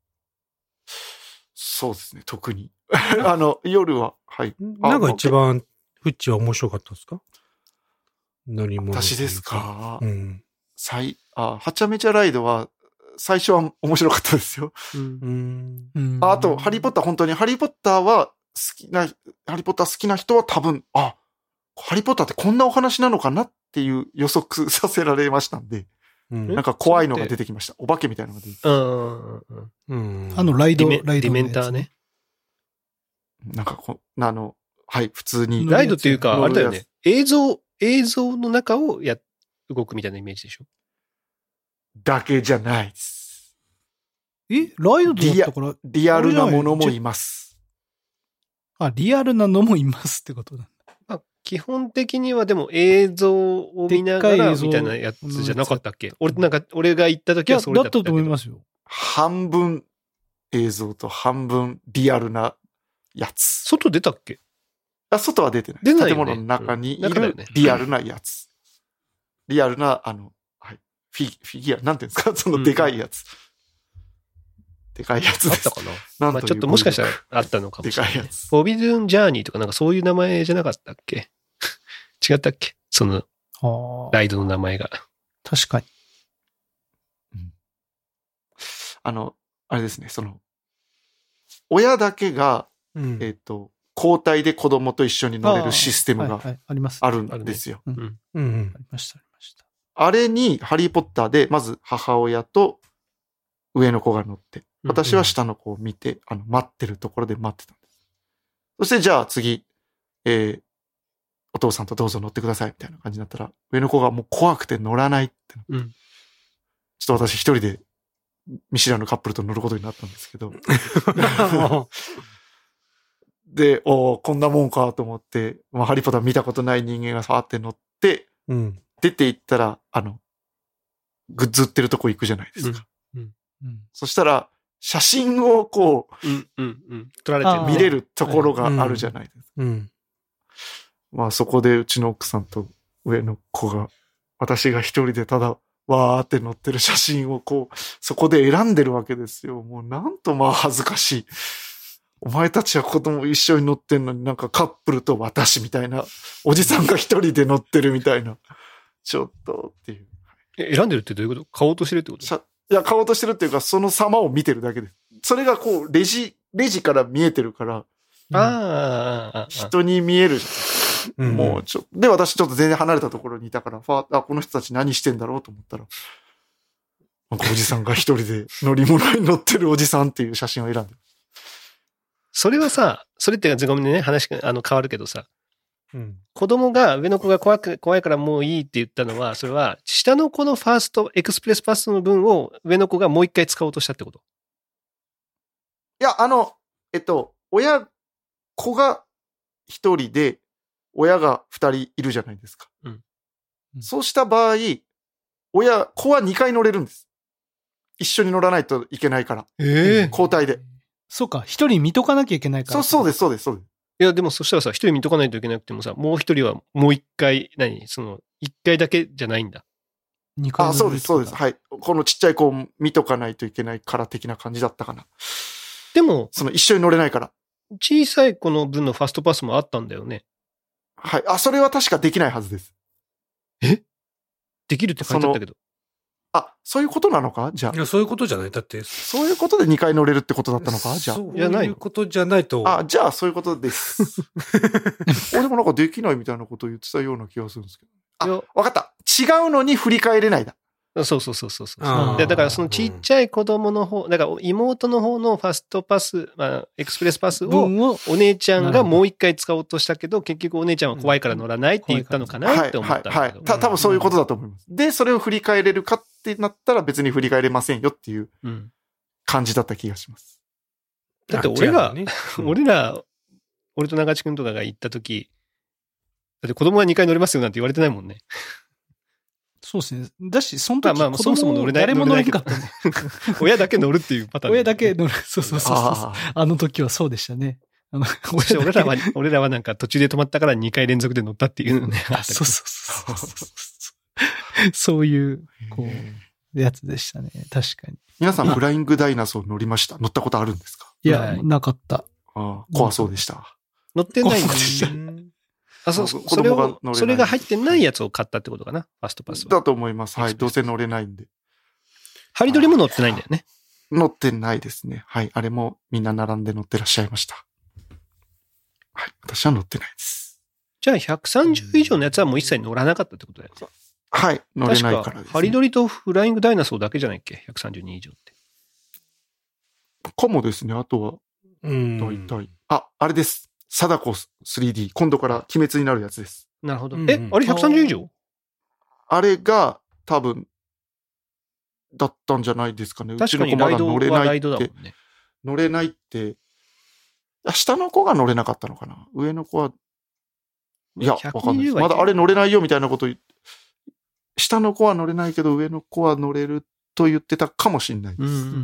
そうですね、特に。あの、夜は、はい。 なんか一番、フッチは面白かったですか？何も。 私ですか？ うん。 最、あ、はちゃめちゃライドは、最初は面白かったですよ。うん。うん、あ, あと、ハリーポッター、本当に、ハリーポッターは好きな、ハリーポッター好きな人は多分、あ、ハリーポッターってこんなお話なのかなっていう予測させられましたんで、うん、なんか怖いのが出てきました。お化けみたいなのが出てきました。うんうん、あの、ライド、ライド。 ディメンターね。 なんかこ、あの、はい、普通に。 ライドっていうか、あれだよね。映像、映像の中をや、動くみたいなイメージでしょ？ だけじゃないです。 えライドだったからリ、リアルなものもいます。 あ、リアルなのもいますってことなんだ。 まあ、基本的にはでも映像を見ながらみたいなやつじゃなかったっけ？俺なんか、俺が行った時はそれだったけど。 だったと思いますよ。 半分映像と半分リアルなやつ。 外出たっけ？ あ、外は出てない。 出ないよね。 建物の中にいるリアルなやつ。うん、リアルな、あの、はい。フィギフィギュア、なんていうんですか？そのでかいやつ。うん、でかいやつです。 あったかな？なんまあ、ちょっともしかしたらあったのかもしれない。 でかいやつ。 フォービドゥンジャーニーとかなんかそういう名前じゃなかったっけ？違ったっけ？その、ライドの名前が。 確かに。 うん。あの、あれですね、その、親だけが、うん、えっと、交代で子供と一緒に乗れるシステムがあるんですよ。 ありました、ありました。 あれに、ハリーポッターで、まず母親と上の子が乗って、私は下の子を見て、うんうん、あの、待ってるところで待ってたんです。そして、じゃあ次、えー、お父さんとどうぞ乗ってください、みたいな感じになったら、上の子がもう怖くて乗らないって。うん、ちょっと私一人で見知らぬカップルと乗ることになったんですけど。で、おーこんなもんかと思って、まあ、ハリーポッター見たことない人間がさーって乗って、うん、出て行ったら、あの、グッズ売ってるとこ行くじゃないですか。うんうん、そしたら、写真をこう、うんうんうん、撮られて見れるところがあるじゃないですか。うんうん、まあそこでうちの奥さんと上の子が、私が一人でただ、わーって載ってる写真をこう、そこで選んでるわけですよ。もうなんとまあ恥ずかしい。お前たちは子供一緒に乗ってんのになんかカップルと私みたいな、おじさんが一人で乗ってるみたいな。ちょっとっていう。 え、選んでるってどういうこと？買おうとしてるってこと？ いや、買おうとしてるっていうか、その様を見てるだけです。それがこう、レジ、レジから見えてるから、 ああ、 人に見えるじゃん。もうちょっと、で、私ちょっと全然離れたところにいたから、ファあ、この人たち何してんだろうと思ったら、なんかおじさんが一人で乗り物に乗ってるおじさんっていう写真を選んでる。 それはさ、それってごめんね、話があの変わるけどさ、うん、子供が、上の子が怖く、怖いからもういいって言ったのは、それは、下の子のファースト、エクスプレスパスの分を上の子がもう一回使おうとしたってこと？ いや、あの、えっと、親、子が一人で、親が二人いるじゃないですか。うんうん、そうした場合、親、子は二回乗れるんです。一緒に乗らないといけないから。ええー。交代で。 そうか、一人見とかなきゃいけないから。 そう、そうです、そうです、そうです。 いや、でもそしたらさ、一人見とかないといけなくてもさ、もう一人はもう一回、何その、一回だけじゃないんだ。 二回。あ、そうです、そうです。はい。このちっちゃい子を見とかないといけないから的な感じだったかな。 でも、 その一緒に乗れないから。 小さい子の分のファストパスもあったんだよね。 はい。あ、それは確かできないはずです。 え？できるって書いてあったけど。 あ、そういうことなのか？じゃあ。 いや、そういうことじゃない。だって。 そういうことでにかい乗れるってことだったのか？じゃあ。 そういうことじゃないと。 あ、じゃあそういうことです。俺もなんかできないみたいなことを言ってたような気がするんですけど。あ、わかった。 違うのに振り返れないだ。 そうそうそうそうそう。で、だからそのちっちゃい子供の方、だから妹の方のファストパス、まあ、エクスプレスパスをお姉ちゃんがもう一回使おうとしたけど、結局お姉ちゃんは怖いから乗らないって言ったのかなって思ったんだけど。 はい、はい、た、多分そういうことだと思います。で、それを振り返れるかってなったら別に振り返れませんよっていう感じだった気がします。 だって俺ら、ね、俺ら、俺と長地くんとかが行った時、だって子供はにかい乗れますよなんて言われてないもんね。 そうですね。だし、その時、 まあまあ、そもそも乗れない。 誰も乗れなかったね。 親だけ乗るっていうパターン、 親だけ乗る。そうそうそうそう。あ, あの時はそうでしたね。あの俺らは、俺らはなんか途中で止まったからにかい連続で乗ったっていうのね。 あそうそうそうそう。そういう、こう、やつでしたね。確かに。 皆さん、フライングダイナソー乗りました？乗ったことあるんですか？ いや、なかった。 ああ、怖そうでした。 乗ってないんですよ。あ、そうそう。それを、それが入ってないやつを買ったってことかな、ファストパスは。 だと思います。はい。どうせ乗れないんで。 ハリドリも乗ってないんだよね。 乗ってないですね。はい。あれもみんな並んで乗ってらっしゃいました。はい。私は乗ってないです。 じゃあひゃくさんじゅう以上のやつはもう一切乗らなかったってことだよね。 はい。乗れないからです、ね。 ハリドリとフライングダイナソーだけじゃないっけ ?ひゃくさんじゅうに 以上って。 かもですね。あとは、大体。あ、あれです。貞子 スリーディー。今度から鬼滅になるやつです。 なるほど。うんうん、え、あれひゃくさんじゅう以上？ あれが多分、だったんじゃないですかね。うちの子まだ乗れないって。ね、乗れないって。下の子が乗れなかったのかな？上の子は、いや、わかんないです。まだあれ乗れないよみたいなこと言って、下の子は乗れないけど上の子は乗れると言ってたかもしれないです。うんうん、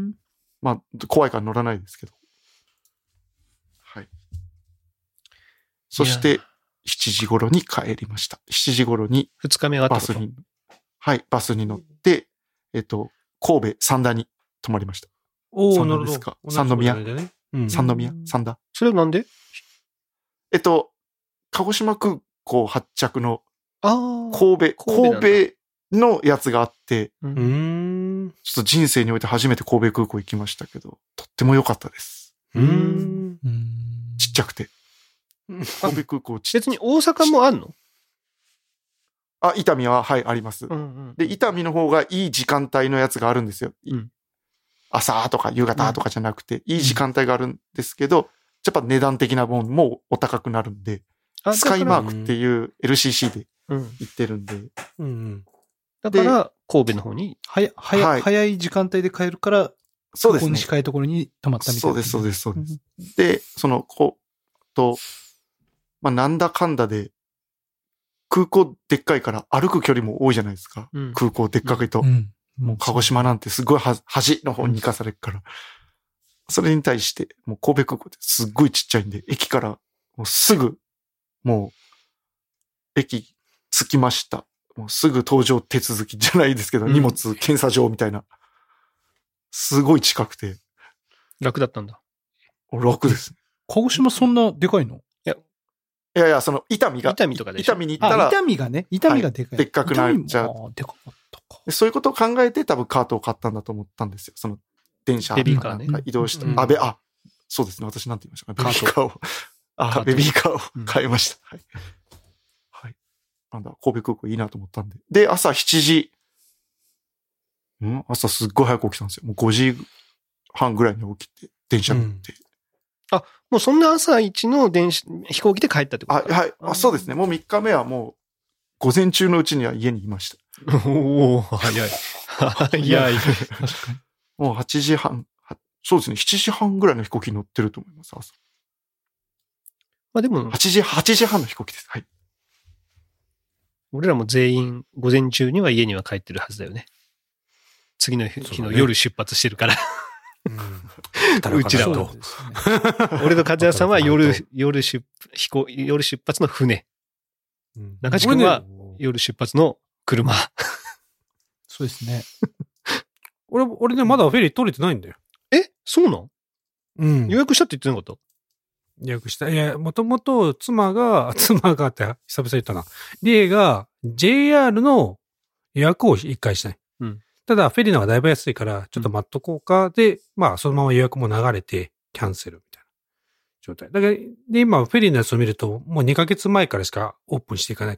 まあ、怖いから乗らないですけど。はい。そして、しちじ頃に帰りました。しちじ頃に。 二日目はバスに、はい、バスに乗って、えっと、神戸三田に泊まりました。 おー、なるほど。 三宮、ねうん、三宮三田。 それはなんで？ えっと、鹿児島空港発着の、神戸、神戸のやつがあって、うん、ちょっと人生において初めて神戸空港行きましたけど、とっても良かったです。うんちっちゃくて。神戸空港ち別に大阪もあんの？ あ、伊丹は、はい、あります。うんうん、で、伊丹の方がいい時間帯のやつがあるんですよ。うん、朝とか夕方とかじゃなくて、うん、いい時間帯があるんですけど、やっぱ値段的なもんもお高くなるんで、スカイマークっていう エルシーシー で行ってるんで。うんうん、 だから、神戸の方に。 はや、はや、はい、早い時間帯で帰るから、 そうですね。 ここに近いところに泊まったみたいな。 そうです、そうです、そうです。で、その、こう、と、まあ、なんだかんだで、空港でっかいから歩く距離も多いじゃないですか。うん、空港でっかいと。うん、もう鹿児島なんてすごいは端の方に行かされるから。うん、それに対して、もう神戸空港ってすっごいちっちゃいんで、駅からもうすぐ、もう、駅着きました。もうすぐ搭乗手続きじゃないですけど、うん、荷物検査場みたいな。すごい近くて。 楽だったんだ。 楽です。 鹿児島そんなでかいの？ いや、いやいや、その、伊丹が。 伊丹とかでしょ。 伊丹に行ったら。 伊丹がね、伊丹がでかい。 はい、でっかくなっちゃう。 でかかったか。 そういうことを考えて多分カートを買ったんだと思ったんですよ。その、電車。 ベビーカーね。 移動した。うん、あ、べ、あ、そうですね。私なんて言いましたか。ベビーカーを。あ、ベビーカーを買いました。うん、はい。はい。なんだ、神戸空港いいなと思ったんで。で、朝しちじ。ん朝すっごい早く起きたんですよ。もうごじはんぐらいに起きて、電車乗って。 うん、あ、もうそんな朝一の電車、飛行機で帰ったってことあ、はい。あ、そうですね。もうみっかめはもう、午前中のうちには家にいました。 おお早い。早い。確かに。 もうはちじはん、そうですね。しちじはんぐらいの飛行機に乗ってると思います、朝。 まあでも。 はちじ、はちじはんの飛行機です。はい。 俺らも全員午前中には家には帰ってるはずだよね。次の日の夜出発してるから。う, ね、うちらは。俺と和也さんは夜、夜出、飛行、夜出発の船。うん、中地君は夜出発の車。 そうですね。 俺、俺ね、まだフェリー取れてないんだよ。 えそうなんうん。 予約したって言ってなかった予約した。いや、もともと妻が、妻がって久々言ったな。リエが ジェイアール の予約を一回したい。うん。ただ、フェリーの方がだいぶ安いから、ちょっと待っとこうか。で、うん、まあ、そのまま予約も流れて、キャンセルみたいな状態。だから、で、今、フェリーのやつを見ると、もうにかげつまえからしかオープンしていかないから、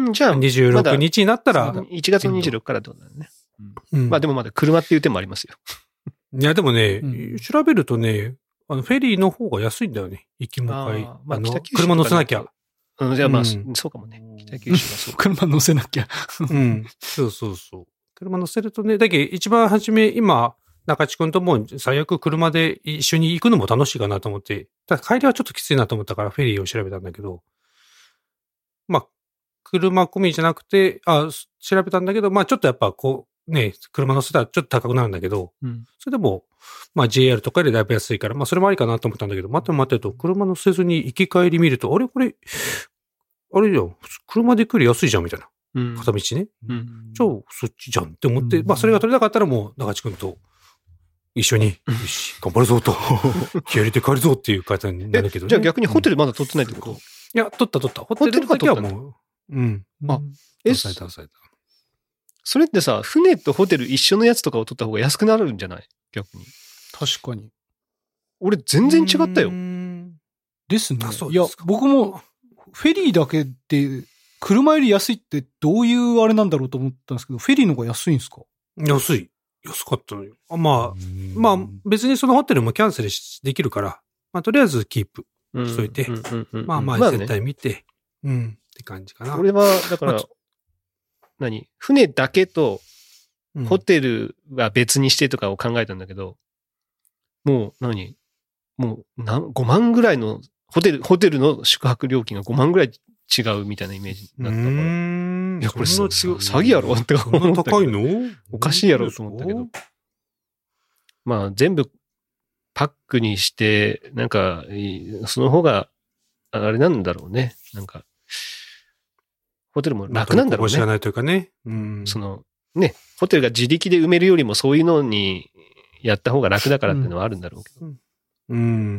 うん、じゃあ、 にじゅうろくにちになったら。 いちがつのにじゅうろくからってことだね。うん、まあでもまだ車っていう手もありますよ。 いや、でもね、うん、調べるとね、あの、フェリーの方が安いんだよね。行きも帰り。あ、まあ、の車乗せなきゃ。 うん、じゃあまあ、うん、そうかもね。北九州はそうか。 車乗せなきゃ。 うん。そうそうそう。車乗せるとね、だけど一番初め、今、中地君とも最悪車で一緒に行くのも楽しいかなと思って、ただ帰りはちょっときついなと思ったからフェリーを調べたんだけど、まあ、車込みじゃなくて、あ、調べたんだけど、まあちょっとやっぱこう、ね、車乗せたらちょっと高くなるんだけど、うん、それでも、まあ ジェイアール とかでだいぶ安いから、まあそれもありかなと思ったんだけど、待って待ってと、車乗せずに行き帰り見ると、あれこれ、あれじゃん、車で来る安いじゃんみたいな。うん、片道ね。うん、じゃあそっちじゃんって思って、うん、まあそれが取れなかったらもう中地君と一緒に、よし、頑張るぞと、気合入れて帰るぞっていう方になるけどね。 じゃあ逆にホテルまだ取ってないってこと？ いや、取った取った。ホテルの時はもう、うん。 あ、え、それってさ、船とホテル一緒のやつとかを取った方が安くなるんじゃない？逆に。 確かに。 俺全然違ったよ。 ですね。いや、僕もフェリーだけで車より安いってどういうあれなんだろうと思ったんですけど、フェリーの方が安いんですか？ 安い。安かったのよ。あまあ、まあ別にそのホテルもキャンセルできるから、まあとりあえずキープしといて、まあまあ絶対見て、うん。って感じかな。 俺は、だから、まあ、何船だけと、ホテルは別にしてとかを考えたんだけど、うん、もう何もう何、ごまんぐらいの、ホテル、ホテルの宿泊料金がごまんぐらい違うみたいなイメージになったから。うーんいや、これすごい詐欺やろって思ったけど。そんな高いの？おかしいやろと思ったけど。まあ、全部パックにして、なんか、その方が、あれなんだろうね。なんか、ホテルも楽なんだろうね。 知らないというかね。 うん。その、ね、ホテルが自力で埋めるよりもそういうのにやった方が楽だからっていうのはあるんだろうけど。 うん。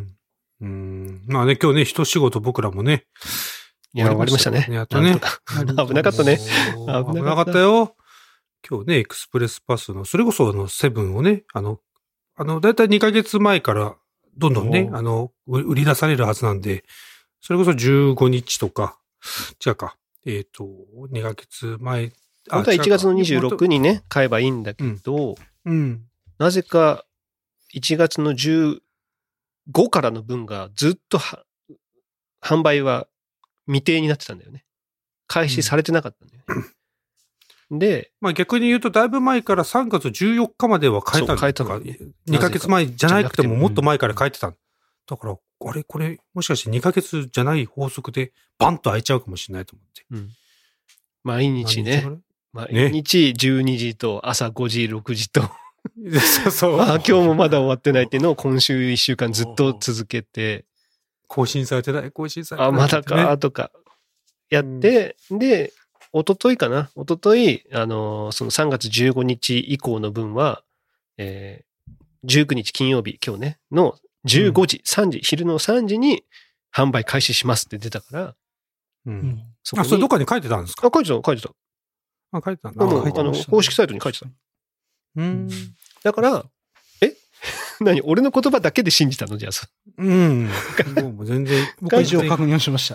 うん。うんまあね、今日ね、一仕事僕らもね。 いや、終わりましたね。 やっとね。 危なかったね。 危なかったよ。今日ね、エクスプレスパスの、それこそあの、セブンをね、あの、あの、だいたいにかげつまえからどんどんね、あの、売り出されるはずなんで、それこそじゅうごにちとか、違うか。えっと、にかげつまえ。 本当はいちがつのにじゅうろくにね、買えばいいんだけど、うんうん、なぜかいちがつのじゅうごからの分がずっと販売は未定になってたんだよね。開始されてなかったんだよね。うん、で、 まあ逆に言うとだいぶ前からさんがつじゅうよっかまでは買えたんだ。 買えたの、ね。 にかげつまえじゃなくてももっと前から買えてた。だから、あれこれ、もしかしてにかげつじゃない法則でバンと開いちゃうかもしれないと思って。うん、 毎日ね。毎日じゅうにじと朝ごじ、ろくじと。そうそう。あ、今日もまだ終わってないっていうのを今週いっしゅうかんずっと続けて。 更新されてない、更新されてない、 ね。あ、まだか、とか。やって、うん、で、一昨日かな一昨日あの、そのさんがつじゅうごにち以降の分は、えー、じゅうくにち金曜日、今日ね、のじゅうごじ、うん、さんじ、昼のさんじに販売開始しますって出たから、 うん。そこにあ、それどっかに書いてたんですか？ あ、書いてた、書いてた。 あ、書いてたんだ。 あの、あの公式サイトに書いてた。 うん。 だから、え何俺の言葉だけで信じたのじゃあさ。 うん。もう全然。 僕一応確認しました。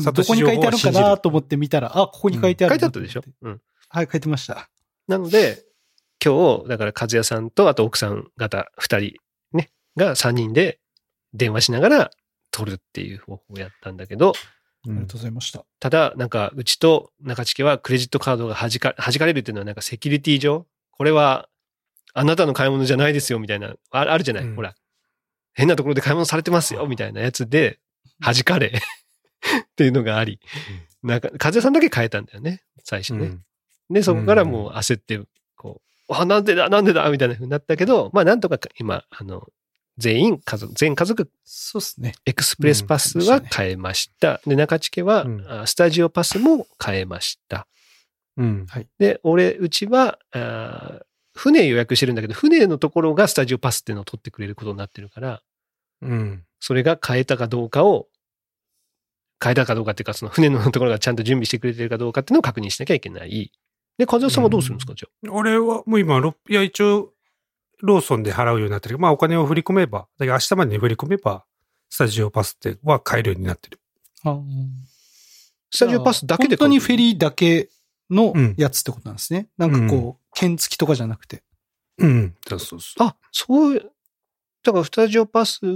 どこに書いてあるかなと思って見たら、あ、ここに書いてある、 うん。書いてあったでしょ？うん。 はい、書いてました。 なので、今日、だから和也さんと、あと奥さん方二人ね、が三人で電話しながら撮るっていう方法をやったんだけど、 ありがとうございました。 ただ、なんか、うちと中地家はクレジットカードが弾か、弾かれるっていうのはなんかセキュリティ上、これはあなたの買い物じゃないですよみたいな、あ, あるじゃない、うん、ほら。変なところで買い物されてますよみたいなやつで弾かれっていうのがあり、なんか、和也さんだけ変えたんだよね、最初ね。うん、で、そこからもう焦って、こう、あ、なんでだ、なんでだみたいな風になったけど、まあなんとか今、あの、全員家族、全家族、 そうですね。 エクスプレスパスは変えました。うん、で、中地家は、うん、スタジオパスも変えました。 うん。はい。 で、俺、うちは、あ船予約してるんだけど、船のところがスタジオパスっていうのを取ってくれることになってるから、 うん。 それが変えたかどうかを、変えたかどうかっていうか、その船のところがちゃんと準備してくれてるかどうかっていうのを確認しなきゃいけない。で、和代さんはどうするんですか、うん、じゃあ。 俺はもう今、いや、一応、ローソンで払うようになってる。まあお金を振り込めば、だから明日までに振り込めば、スタジオパスっては買えるようになってる。 あスタジオパスだけで買う。本当にフェリーだけのやつってことなんですね。うん、なんかこう、券付きとかじゃなくて。 うん。そうそうそう。 あ、そう、だからスタジオパス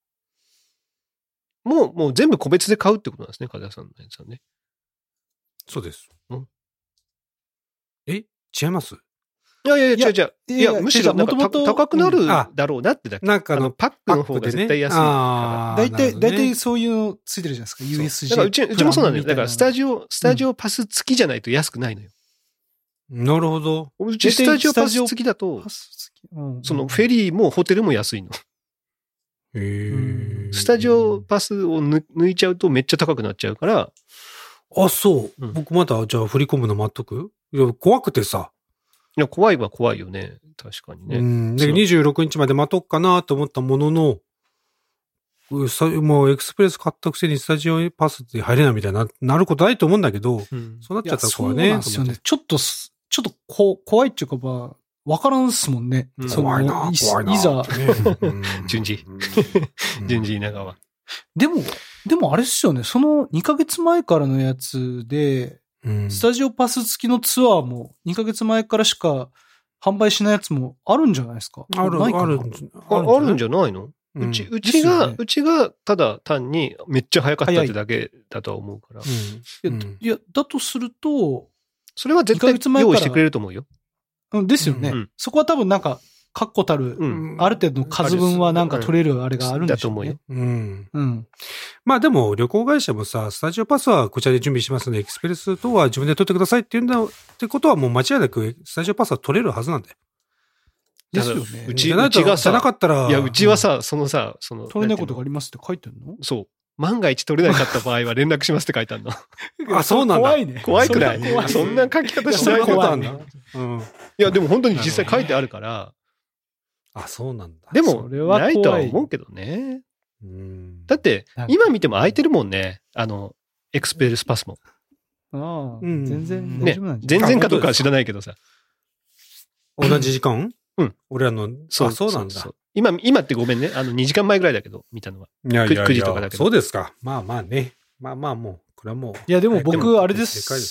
も、もう全部個別で買うってことなんですね、風谷さんのやつはね。 そうです。 うん、 え違います？ いやいやいや、違う違う。いや、むしろなんか高くなるだろうなってだけ。 なんかあの、 パックの方が絶対安いから。 大体、大体そういうのついてるじゃないですか、ユーエスジー。 だからうち、うちもそうなんだよ。だからスタジオ、スタジオパス付きじゃないと安くないのよ。 なるほど。 うちスタジオパス付きだと、そのフェリーもホテルも安いの。 へー。 スタジオパスを抜いちゃうとめっちゃ高くなっちゃうから。 あ、そう。僕まだじゃあ振り込むの待っとく？いや、怖くてさ。 いや、怖いは怖いよね。確かにね。 うん。で、にじゅうろくにちまで待とっかなと思ったものの、もうエクスプレス買ったくせにスタジオパスって入れないみたいな、なることないと思うんだけど、うん、そうなっちゃったら怖いね。そうなんですよね。 ちょっと、ちょっとこ怖いっていうか、まあ、わからんっすもんね。 うん、怖いな、怖いな。 いざ。 順次。順次稲川。 でも、でもあれっすよね。そのにかげつまえからのやつで、うん、スタジオパス付きのツアーもにかげつまえからしか販売しないやつもあるんじゃないですか？ ある、 ないかな？ ある。 あるんじゃないの？うん、うち、うちが、ね、うちがただ単にめっちゃ早かったってだけだとは思うから。 うん、いや、いや、だとすると、 それは絶対用意してくれると思うよ。 うん、ですよね。うん、そこは多分なんか、確固たる、うん、ある程度の数分はなんか取れるあれがあるんでしょうね。 だと思うよ。 うん。うん。まあでも旅行会社もさ、スタジオパスはこちらで準備しますので、エクスプレス等は自分で取ってくださいっていうんだってことはもう間違いなくスタジオパスは取れるはずなんだよ。 ですよね。 うち、うちがさ、 じゃなかったら。 いや、うちはさ、そのさ、その。 取れないことがありますって書いてんの？ そう。万が一取れなかった場合は連絡しますって書いてあるの。 あ、そうなんだ。 怖いね。 怖いくらい。そ, そんな書き方しないことあるんだ。 うん。 いや、でも本当に実際書いてあるから。 あ、そうなんだ。 でも、ないとは思うけどね。 うん。 だって、今見ても空いてるもんね。あの、エクスプレスパスも。 ああ、うん、全然大丈夫なんじゃない？ね、全然かどうかは知らないけどさ。 同じ時間？ うん。 俺らの、 そう、 そうなんだ。そうそう今、今ってごめんね。あの、にじかんまえぐらいだけど、見たのは。 いやいやいやくじとかだけど。 そうですか。まあまあね。まあまあもう、これはもう。 いや、でも僕、あれです。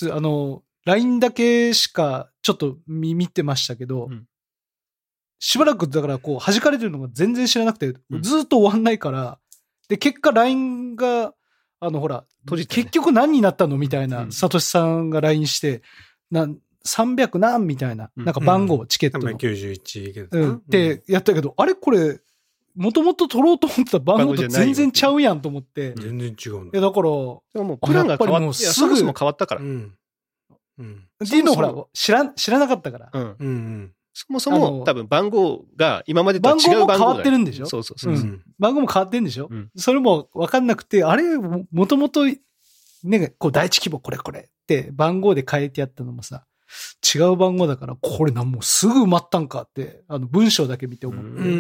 あの、ライン だけしか、ちょっと見てましたけど、うん、しばらく、だから、こう、弾かれてるのが全然知らなくて、うん、ずっと終わんないから、で、結果 ライン が、あの、ほら、閉じてね、結局何になったのみたいな、サトシさんが ライン して、な、さんびゃく何みたいな、なんか番号、うん、チケットの。 さんびゃくきゅうじゅういちうん。ってやったけど、あれこれ、もともと取ろうと思ってた番号と全然ちゃうやんと思って。 全然違うんだ。いや、だから、でももうプランが変わって、そもそも変わったから。うん。 うん。っていうのをほら、知ら、知らなかったから。 うん。うん。そもそも多分番号が今までとは違う番号。 番号も変わってるんでしょ？ そうそうそう。うん。 番号も変わってるんでしょ？うん。それもわかんなくて、あれ、もともと、ね、こう、第一規模これこれって番号で変えてやったのもさ、違う番号だから、これなんもうすぐ埋まったんかって、あの文章だけ見て思って。うん。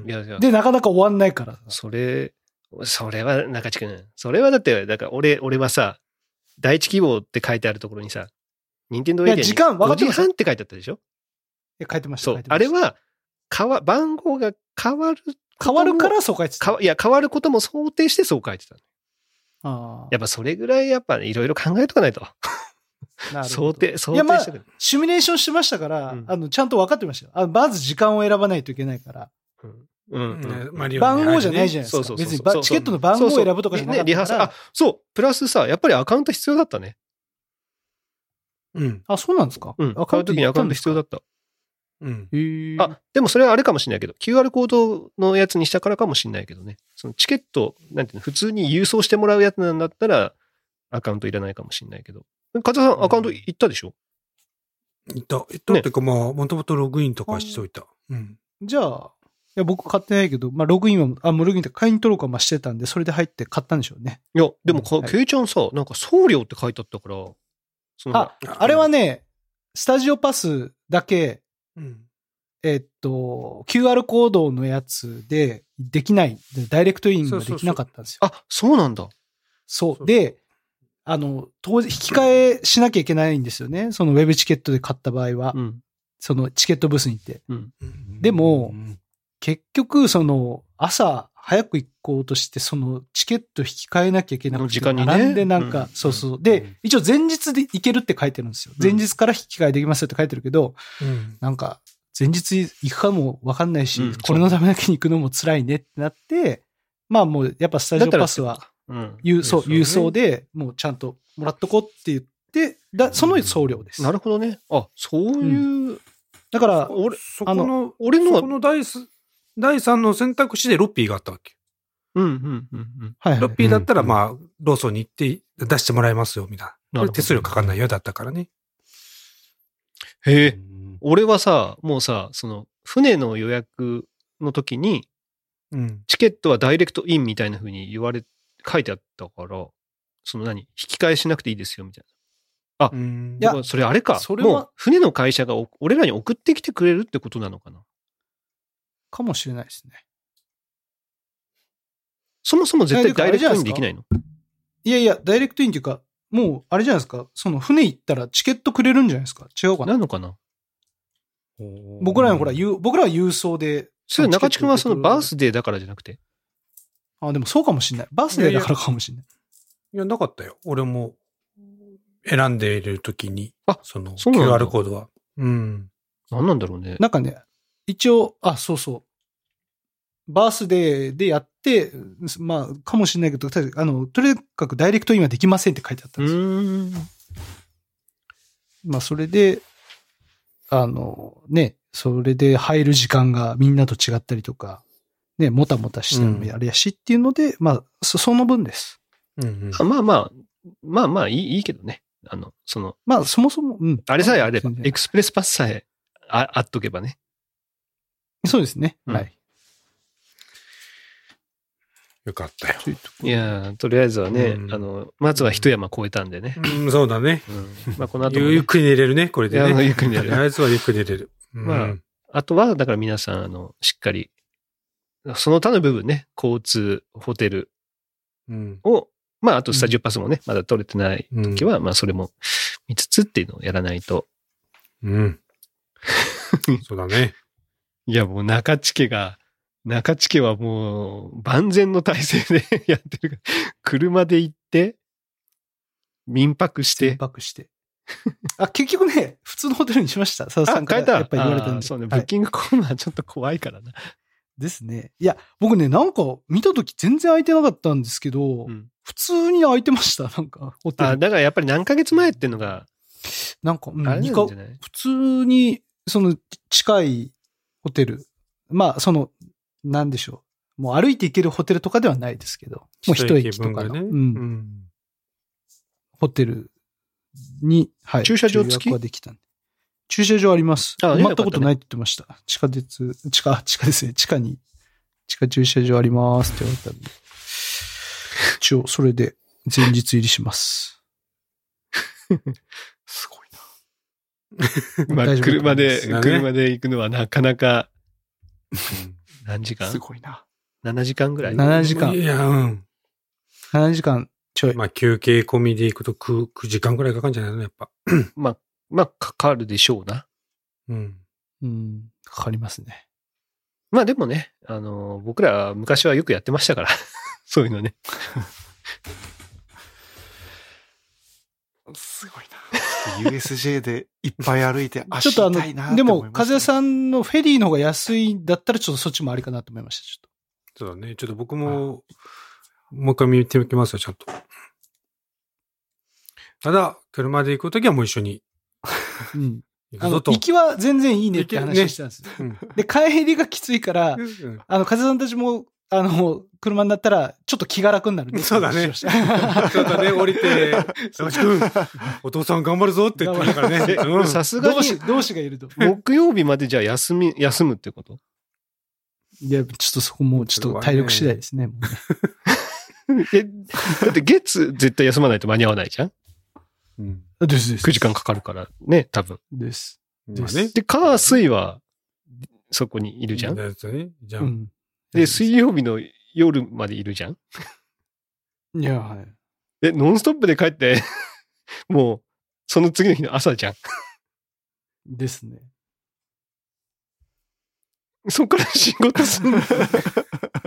いやいやで、なかなか終わんないから。 それ、それは中地君。それはだって、だから俺、俺はさ、第一希望って書いてあるところにさ、任天堂エリアに時間分かってますごじはんって書いてあったでしょ？ いや、書いてました。 そう。あれは、変わ、番号が変わる。 変わるからそう書いてた。 いや、変わることも想定してそう書いてた。 ああ。 やっぱそれぐらいやっぱいろいろ考えとかないと。想定、想定してくる。いや、まあ、 シミュレーションしてましたから、うん、あの、ちゃんと分かってましたよ。あのまず時間を選ばないといけないから。 うん。うん。 うん、番号じゃないじゃないですか。そうそうそう別にチケットの番号を選ぶとかじゃなかったから。ね、リハーサル。 あ、そう。プラスさ、やっぱりアカウント必要だったね。 うん。あ、そうなんですか？ うん。買うときにアカウント必要だった。 うん。 へあ、でもそれはあれかもしれないけど、キューアール コードのやつにしたからかもしれないけどね。そのチケット、なんていうの、普通に郵送してもらうやつなんだったら、アカウントいらないかもしれないけど。かずさん、アカウント行ったでしょ？ 行った。行ったっていうか、ね、まあ、もともとログインとかしといた。 うん。じゃあ、いや、僕買ってないけど、まあ、ログインは、あ、もうログインって会員登録はまあしてたんで、それで入って買ったんでしょうね。 いや、でもか、ケイちゃんさ、なんか送料って書いてあったから、 そのあ、あれはね、スタジオパスだけ、うん、えっと、キューアール コードのやつでできない、ダイレクトインができなかったんですよ。 そうそうそうあ、そうなんだ。 そう。で、あの、当然、引き換えしなきゃいけないんですよね。そのウェブチケットで買った場合は。うん、そのチケットブースに行って。うん、でも、うん、結局、その、朝早く行こうとして、そのチケット引き換えなきゃいけなくて、 時間にね並んでなんか、うん、そうそう。で、一応前日で行けるって書いてるんですよ。前日から引き換えできますよって書いてるけど、うん、なんか、前日行くかもわかんないし、うん、これのためだけに行くのも辛いねってなって、まあもうやっぱスタジオパスは、うん、郵送、郵送でもうちゃんともらっとこうって言って、だその送料です。 なるほどね。あ、そういう。うん、 だから、 俺、そこの、俺の、そこの第第三の選択肢でロッピーがあったわけ。 うん、うん、うん、うん。 はい。ロッピーだったら、まあ、ローソンに行って出してもらえますよ、みたいな。な手数料かかんないよ、だったからね。 へえ。俺はさ、もうさ、その、船の予約の時に、うん、チケットはダイレクトインみたいな風に言われ、書いてあったから、その何引き換えしなくていいですよ、みたいな。あ、いや、それあれか。それはもう船の会社が俺らに送ってきてくれるってことなのかな。 かもしれないですね。 そもそも絶対ダイレクトインできないの？ いやいや、ダイレクトインっていうか、もう、あれじゃないですか。その船行ったらチケットくれるんじゃないですか。違うかな。 なのかな。 僕らのほら、僕らは郵送で。 それ中地君はそのバースデーだからじゃなくて？ あ、でもそうかもしれない。バースデーだからかもしれない。 いや、なかったよ。俺も選んでいるときに、あ、その キューアール コードは。うん。 何なんだろうね。 なんかね、一応、あ、そうそう。バースデーでやって、まあ、かもしれないけど、あの、とにかくダイレクトインはできませんって書いてあったんですよ。うーん。まあ、それで、あの、ね、それで入る時間がみんなと違ったりとか、ね、もたもたしたのもあれやしっていうので、うん、まあ、そ、その分です。 うんうん、まあまあ、まあまあいい、いいけどね。あの、その。 まあ、そもそも、うん。 あれさえあれば、エクスプレスパスさえあ、あっとけばね。 そうですね。うん、はい。 よかったよ。 いやとりあえずはね、うん、あの、まずは一山越えたんでね。 うん、そうだね。 うん、まあ、この後も、ね、 ゆっくり寝れるね、これでね。 ゆっくり寝れる。 とりあえずはゆっくり寝れる。 うん、まあ、あとは、だから皆さん、あの、しっかり、その他の部分ね、交通、ホテルを、うん、まあ、あとスタジオパスもね、まだ取れてない時は、うん、まあ、それも見つつっていうのをやらないと。 うん。そうだね。 いや、もう中地家が、中地家はもう万全の体制でやってるから、車で行って、民泊して。 民泊して。あ、結局ね、普通のホテルにしました。佐々さんからやっぱり言われたんで。 そうね、ブッキングコーナーちょっと怖いからな。 ですね。いや、僕ね、なんか見たとき全然空いてなかったんですけど、うん、普通に空いてました、なんか、ホテル。 あ、だからやっぱり何ヶ月前っていうのが、 なんか、うん、あれなんじゃない？普通に、その、近いホテル。まあ、その、なんでしょう。もう歩いて行けるホテルとかではないですけど、もう一駅とかの、ね、うんうん、ホテルに、はい。 駐車場付きはできたんで。駐車場あります。あ、泊まったことないって言ってました。地下鉄、地下、地下ですね。地下に、地下駐車場ありますって言われたんで。一応、それで前日入りします。 すごいな。まあ、車で、車で行くのはなかなか、何時間？ すごいな。 ななじかんぐらい ? なな 時間。 いや、うん。 ななじかんちょい。 まあ、休憩込みで行くと 9, 9時間ぐらいかかるんじゃないのやっぱ。 まあ、まあ、かかるでしょうな。 うん。 うん。かかりますね。 まあでもね、あの、僕ら昔はよくやってましたから。そういうのね。 すごいな。ユーエスジェー でいっぱい歩いて足痛いなって思いました、ね。 でも、風さんのフェリーの方が安いんだったらちょっとそっちもありかなと思いました、ちょっと。そうだね。ちょっと僕も、もう一回見ておきますよ、ちゃんと。ただ、車で行くときはもう一緒に。 うん。行くぞと。行きは全然いいねって話してたんです。ねうん、で、帰りがきついから、うん、あの、風さんたちも、あの、車になったら、ちょっと気が楽になる、 ね。そうだね。そうだね、降りて、佐々木くん、お父さん頑張るぞって言ってるからね。 さすがに。 同志、同志がいると。 木曜日までじゃあ休み、休むってこと？ いや、ちょっとそこもうちょっと体力次第ですね。 ねえ、だって月絶対休まないと間に合わないじゃん？ うん。ですです。 くじかんかかるからね、多分。 です。 です。で、火水はそこにいるじゃん？ ですね。じゃん。 で、水曜日の夜までいるじゃん？ いや、はい。 え、ノンストップで帰って、もう、その次の日の朝じゃん。 ですね。 そっから仕事するの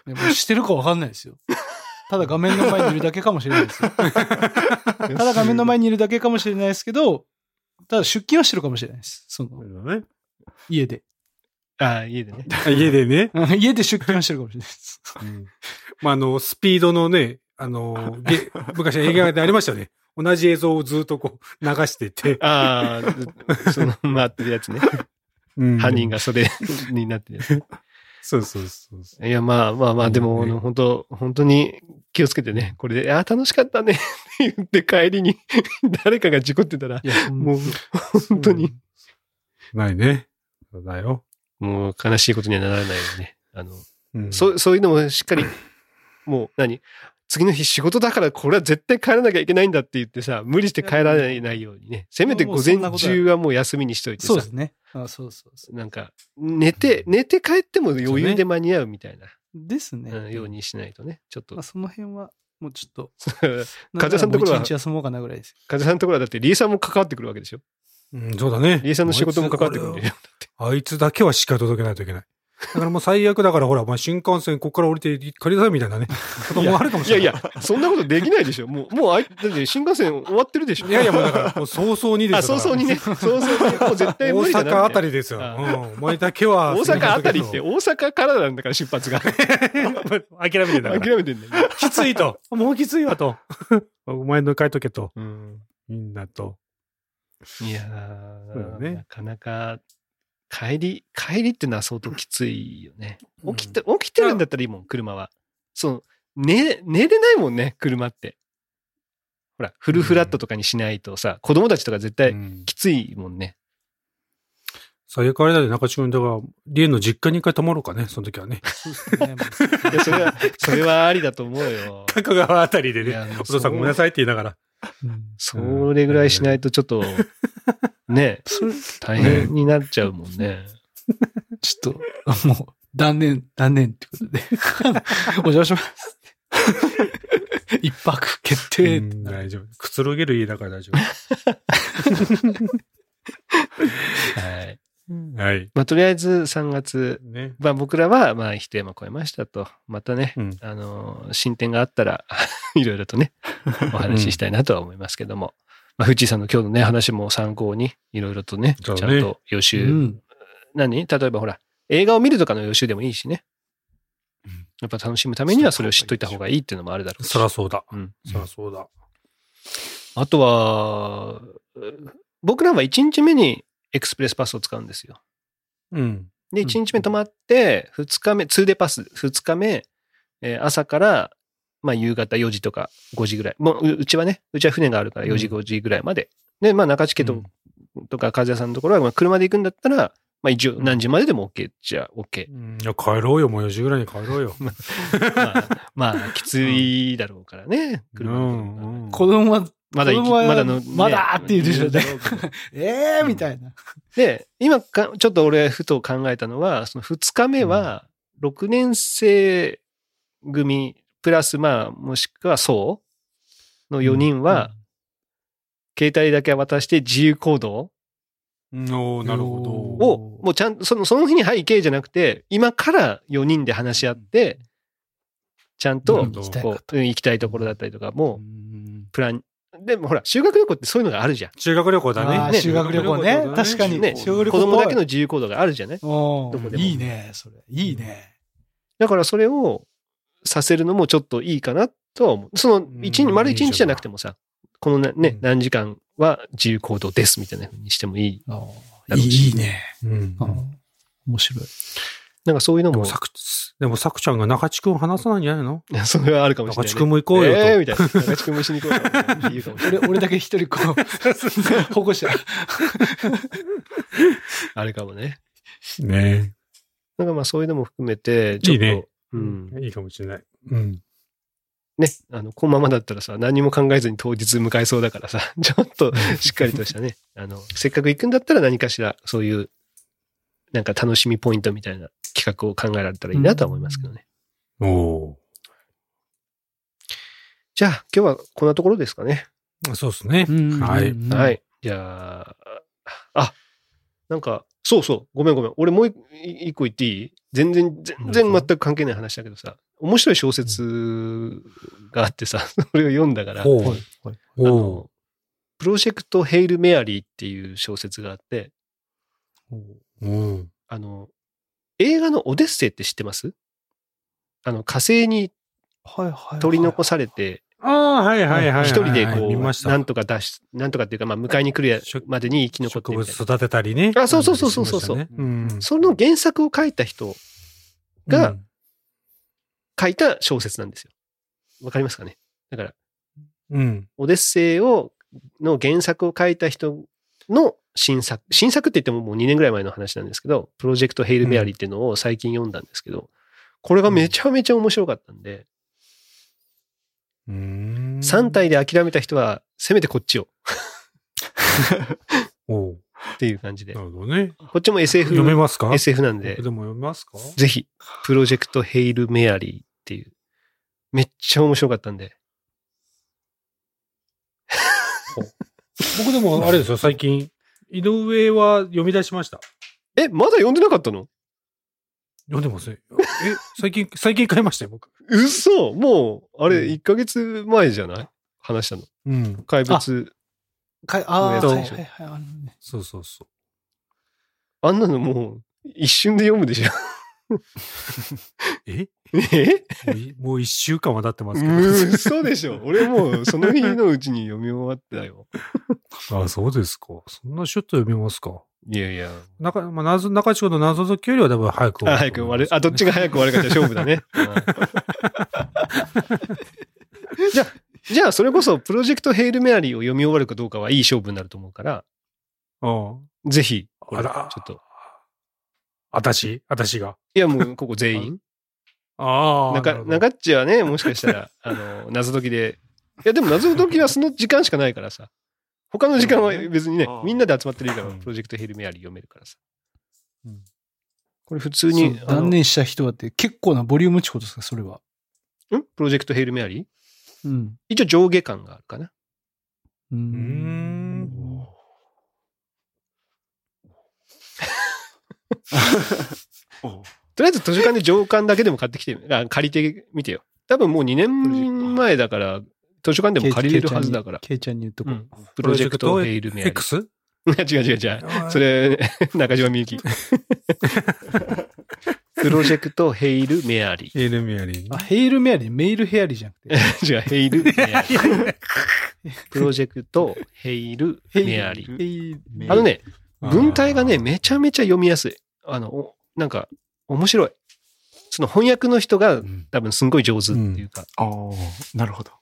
でもしてるかわかんないですよ。ただ画面の前にいるだけかもしれないですよ。ただ画面の前にいるだけかもしれないですけど、ただ出勤はしてるかもしれないです。その、ね、家で。 ああ、家でね。 家でね。 家で出勤はしてるかもしれないです。 うん、まあ、あの、スピードのね、あの、昔映画でありましたよね。同じ映像をずっとこう流してて。 ああ、その回ってるやつね。うん、犯人がそれになってるやつ。 そうそうそうそう。 いや、まあまあまあ、でも、ね、本当本当に気をつけてね。これで、ああ、楽しかったねって言って帰りに誰かが事故ってたら、いやもう、本当に。 ないね。そうだよ。 もう悲しいことにはならないよね。あの、うん、そう、そういうのもしっかり、もう何次の日仕事だからこれは絶対帰らなきゃいけないんだって言ってさ、無理して帰らないようにね。せめて午前中はもう休みにしといてさ。 そうですね。あそうそうそう。 なんか、寝て、寝て帰っても余裕で間に合うみたいな。 ですね。 うん、ようにしないとね。ちょっと。 まあ、その辺は、もうちょっと。 風さんのところは。 一日休もうかなぐらいです。 風さんのところはだってリーさんも関わってくるわけでしょ。 うん、そうだね。 リーさんの仕事も関わってくるんだよ。 あいつだけはしっかり届けないといけない。だからもう最悪だからほら、まあ、新幹線ここから降りて帰りなさいみたいなね。こともあるかもしれない。 いやいや、そんなことできないでしょ。もう、もうあい、だって新幹線終わってるでしょ。 いやいや、もうだから、もう早々にですよ。 あ、早々にね。早々に。もう絶対無理だな。 大阪あたりですよ。うん。お前だけは。 大阪あたりって大阪からなんだから出発が。 諦めてんだから。 諦めてんだよ。 きついと。もうきついわと。お前の帰っとけと。うん。みんなと。 いやー、ね、なかなか、帰り、帰りってのは相当きついよね。起きて、起きてるんだったらいいもん、車は。そう、寝、寝れないもんね、車って。ほら、フルフラットとかにしないとさ、うん、子供たちとか絶対きついもんね。 最悪あれだね、中地君だから、リエの実家に一回泊まろうかね、その時はね。 そうですね。いや、それは、それはありだと思うよ。 加古川あたりでね、お父さんごめんなさいって言いながら。 うん、それぐらいしないとちょっと、ね、大変になっちゃうもんね。 ちょっと、もう、断念、断念ってことで。お邪魔します。一泊決定。 大丈夫。くつろげる家だから大丈夫。 はい。 はい。 まあ、とりあえずさんがつ、ね、まあ僕らは、まあ一山越えましたと。またね、うん、あの、進展があったら、いろいろとね、お話ししたいなとは思いますけども。まあ、フッチーさんの今日のね、話も参考に、いろいろとね、ちゃんと予習。うん、何例えばほら、映画を見るとかの予習でもいいしね。やっぱ楽しむためにはそれを知っといた方がいいっていうのもあるだろうし。 そらそうだ。 うん。 そらそうだ。 あとは、僕らはいちにちめにエクスプレスパスを使うんですよ。 うん。 で、いちにちめ泊まって、ふつかめ、ツーデーパス、ふつかめ、えー、朝から、まあ夕方よじとかごじぐらい。もう、うちはね、うちは船があるからよじ、ごじぐらいまで。で、まあ中地家と、うん、とか、和也さんのところは、まあ車で行くんだったら、まあ一応何時まででも OK じゃ OK。 うん、いや、帰ろうよ。もうよじぐらいに帰ろうよ。 まあ、まあ、きついだろうからね。車で、 うんうん。子供は、 まだ、まだの、ね、 まだって言うでしょうね。ええみたいな。 で、今か、ちょっと俺、ふと考えたのは、そのふつかめは、ろくねん生組、プラス、まあ、もしくは層のよにんは、携帯だけ渡して自由行動おー、なるほど。 を、もうちゃんと、その、その日にはい、行けじゃなくて、今からよにんで話し合って、ちゃんと、こう、行きたいところだったりとかも、プラン、でもほら、修学旅行ってそういうのがあるじゃん。 修学旅行だね。 修学旅行ね。確かにね。子供だけの自由行動があるじゃない。どこでも。いいね、それ。いいね。 だからそれをさせるのもちょっといいかなとは思う。その、一日、丸一日じゃなくてもさ、このね、何時間は自由行動ですみたいな風にしてもいい。 いいね。面白い。 なんかそういうのも。 でも、さくちゃんが中地君話さないんじゃないの？ いや、それはあるかもしれない、ね。 中地君も行こうよと。 えーみたいな。中地君も一緒に行こうよって言うかもしれない。 俺、俺だけ一人こう、保護者。 あれかもね。 ねえ。 なんかまあそういうのも含めて、ちょっと。 いいね。 うん。 いいかもしれない。うん。 ね。あの、このままだったらさ、何も考えずに当日迎えそうだからさ、ちょっとしっかりとしたね。あの、せっかく行くんだったら何かしら、そういう、なんか楽しみポイントみたいな企画を考えられたらいいなとは思いますけどね。 うん、おじゃあ、今日はこんなところですかね。 そうですね。はい。 はい。じゃあ、あ、なんか、 そうそう。ごめんごめん。俺もう一個言っていい？全然、全然全く関係ない話だけどさ、面白い小説があってさ、それを読んだから、 ほうあのプロジェクトヘイル・メアリーっていう小説があって、 うん、あの、映画のオデッセイって知ってます？あの、火星に取り残されて、 ああ、はいはいはい。 一人でこう、なんとか脱出、なんとかっていうか、まあ、迎えに来るまでに生き残ってみたいな。 植物育てたりね。 あ、そうそうそうそうそう、ねうん。その原作を書いた人が書いた小説なんですよ。わかりますかね？だから、 うん、 オデッセイを、の原作を書いた人の新作、新作って言ってももうにねんぐらい前の話なんですけど、プロジェクトヘイル・メアリーっていうのを最近読んだんですけど、これがめちゃめちゃ面白かったんで、 うーんさん体で諦めた人は、せめてこっちを。 おうっていう感じで。 なるほどね。 こっちも エスエフ。 読めますか？ エスエフ なんで。 でも読めますか？ ぜひ、プロジェクトヘイル・メアリーっていう。めっちゃ面白かったんで。 僕でもあれですよ、最近、井上は読み出しました。 え、まだ読んでなかったの？ 読んでますね。え、最近、最近買いましたよ、僕。 嘘もう、あれ、いっかげつまえじゃない？話したの。 うん。 怪物。 かああ、はいはいはい。 そうそうそう。 あんなのもう、一瞬で読むでしょ。 ええもう一週間は経ってますけど。 嘘でしょ。俺もうその日のうちに読み終わってたよ。 ああ、そうですか。そんなシュッと読みますか。 いやいや。 中、まあ、謎、中地君の謎解きよりは多分早く終わる。 あ、早く終わる。あ、どっちが早く終わるかじゃ勝負だね。じゃあ、じゃあそれこそプロジェクトヘイル・メアリーを読み終わるかどうかはいい勝負になると思うから、 ああぜひ、 これ、ちょっと。 あたしあたしが。 いや、もう、ここ全員。 ああ。 なんか、中っちはね、もしかしたら、あの、謎解きで。いや、でも謎解きはその時間しかないからさ。他の時間は別にね、みんなで集まってるから、プロジェクトヘイル・メアリー読めるからさ。うん、これ普通に。 断念した人はって結構なボリュームってことですか、それは。 んプロジェクトヘイル・メアリー？ うん。 一応上下感があるかな。 うーん。 とりあえず図書館で上巻だけでも買ってきて、借りてみてよ。多分もうにねんまえだから、図書館でも借りれるはずだから。 ケイちゃんに言うとこ。うん、 プロジェクトヘイル・メアリー。 X？ 違う違う違う。それ、中島みゆき。プロジェクトヘイル・メアリー。 ヘイル・メアリー、ね。 あ、ヘイル・メアリー、メイル・ヘアリーじゃなくて。 違う、ヘイル・メアリー。プロジェクトヘイル・メアリー。あのね、文体がね、めちゃめちゃ読みやすい。あの、なんか、面白い。その翻訳の人が多分すんごい上手っていうか。 うん、ああ、なるほど。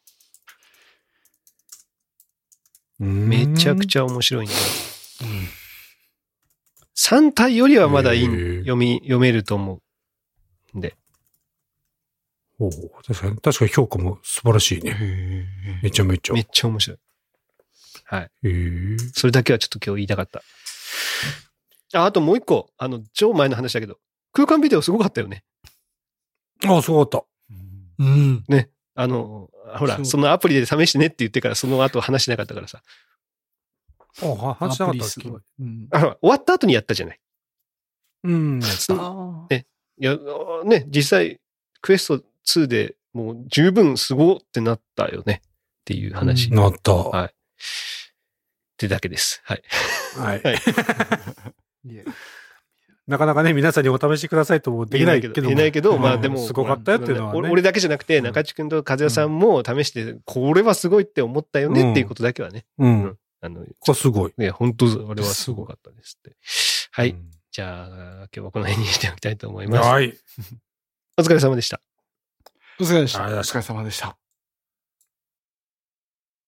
めちゃくちゃ面白いね。うん、さん体よりはまだいい、読み、読めると思う。で。 おお、確かに、確かに評価も素晴らしいね。めちゃめちゃ。 めっちゃ面白い。はい。 へそれだけはちょっと今日言いたかった。あ、あともう一個、あの、超前の話だけど、空間ビデオすごかったよね。 ああ、すごかった。 うん。 ね。あの、ほら、そのアプリで試してねって言ってからその後話しなかったからさ。 ああ、話しなかったっけ、 うん、あ終わった後にやったじゃない。 うん。 ね。いや、ね、実際、クエストツーでもう十分すごってなったよねっていう話。 なった。 はい。ってだけです。はい。 はい。はいなかなかね、皆さんにお試しくださいともできないけど。 できないけど、まあでも。 すごかったよっていうのはね。 俺だけじゃなくて、中地君と和也さんも試して、これはすごいって思ったよねっていうことだけはね。 うん。 あの、 これすごい。 ね、本当あれはすごかったですって。はい。じゃあ、今日はこの辺にしておきたいと思います。 はい。 お疲れ様でした。 お疲れ様でした。 お疲れ様でした。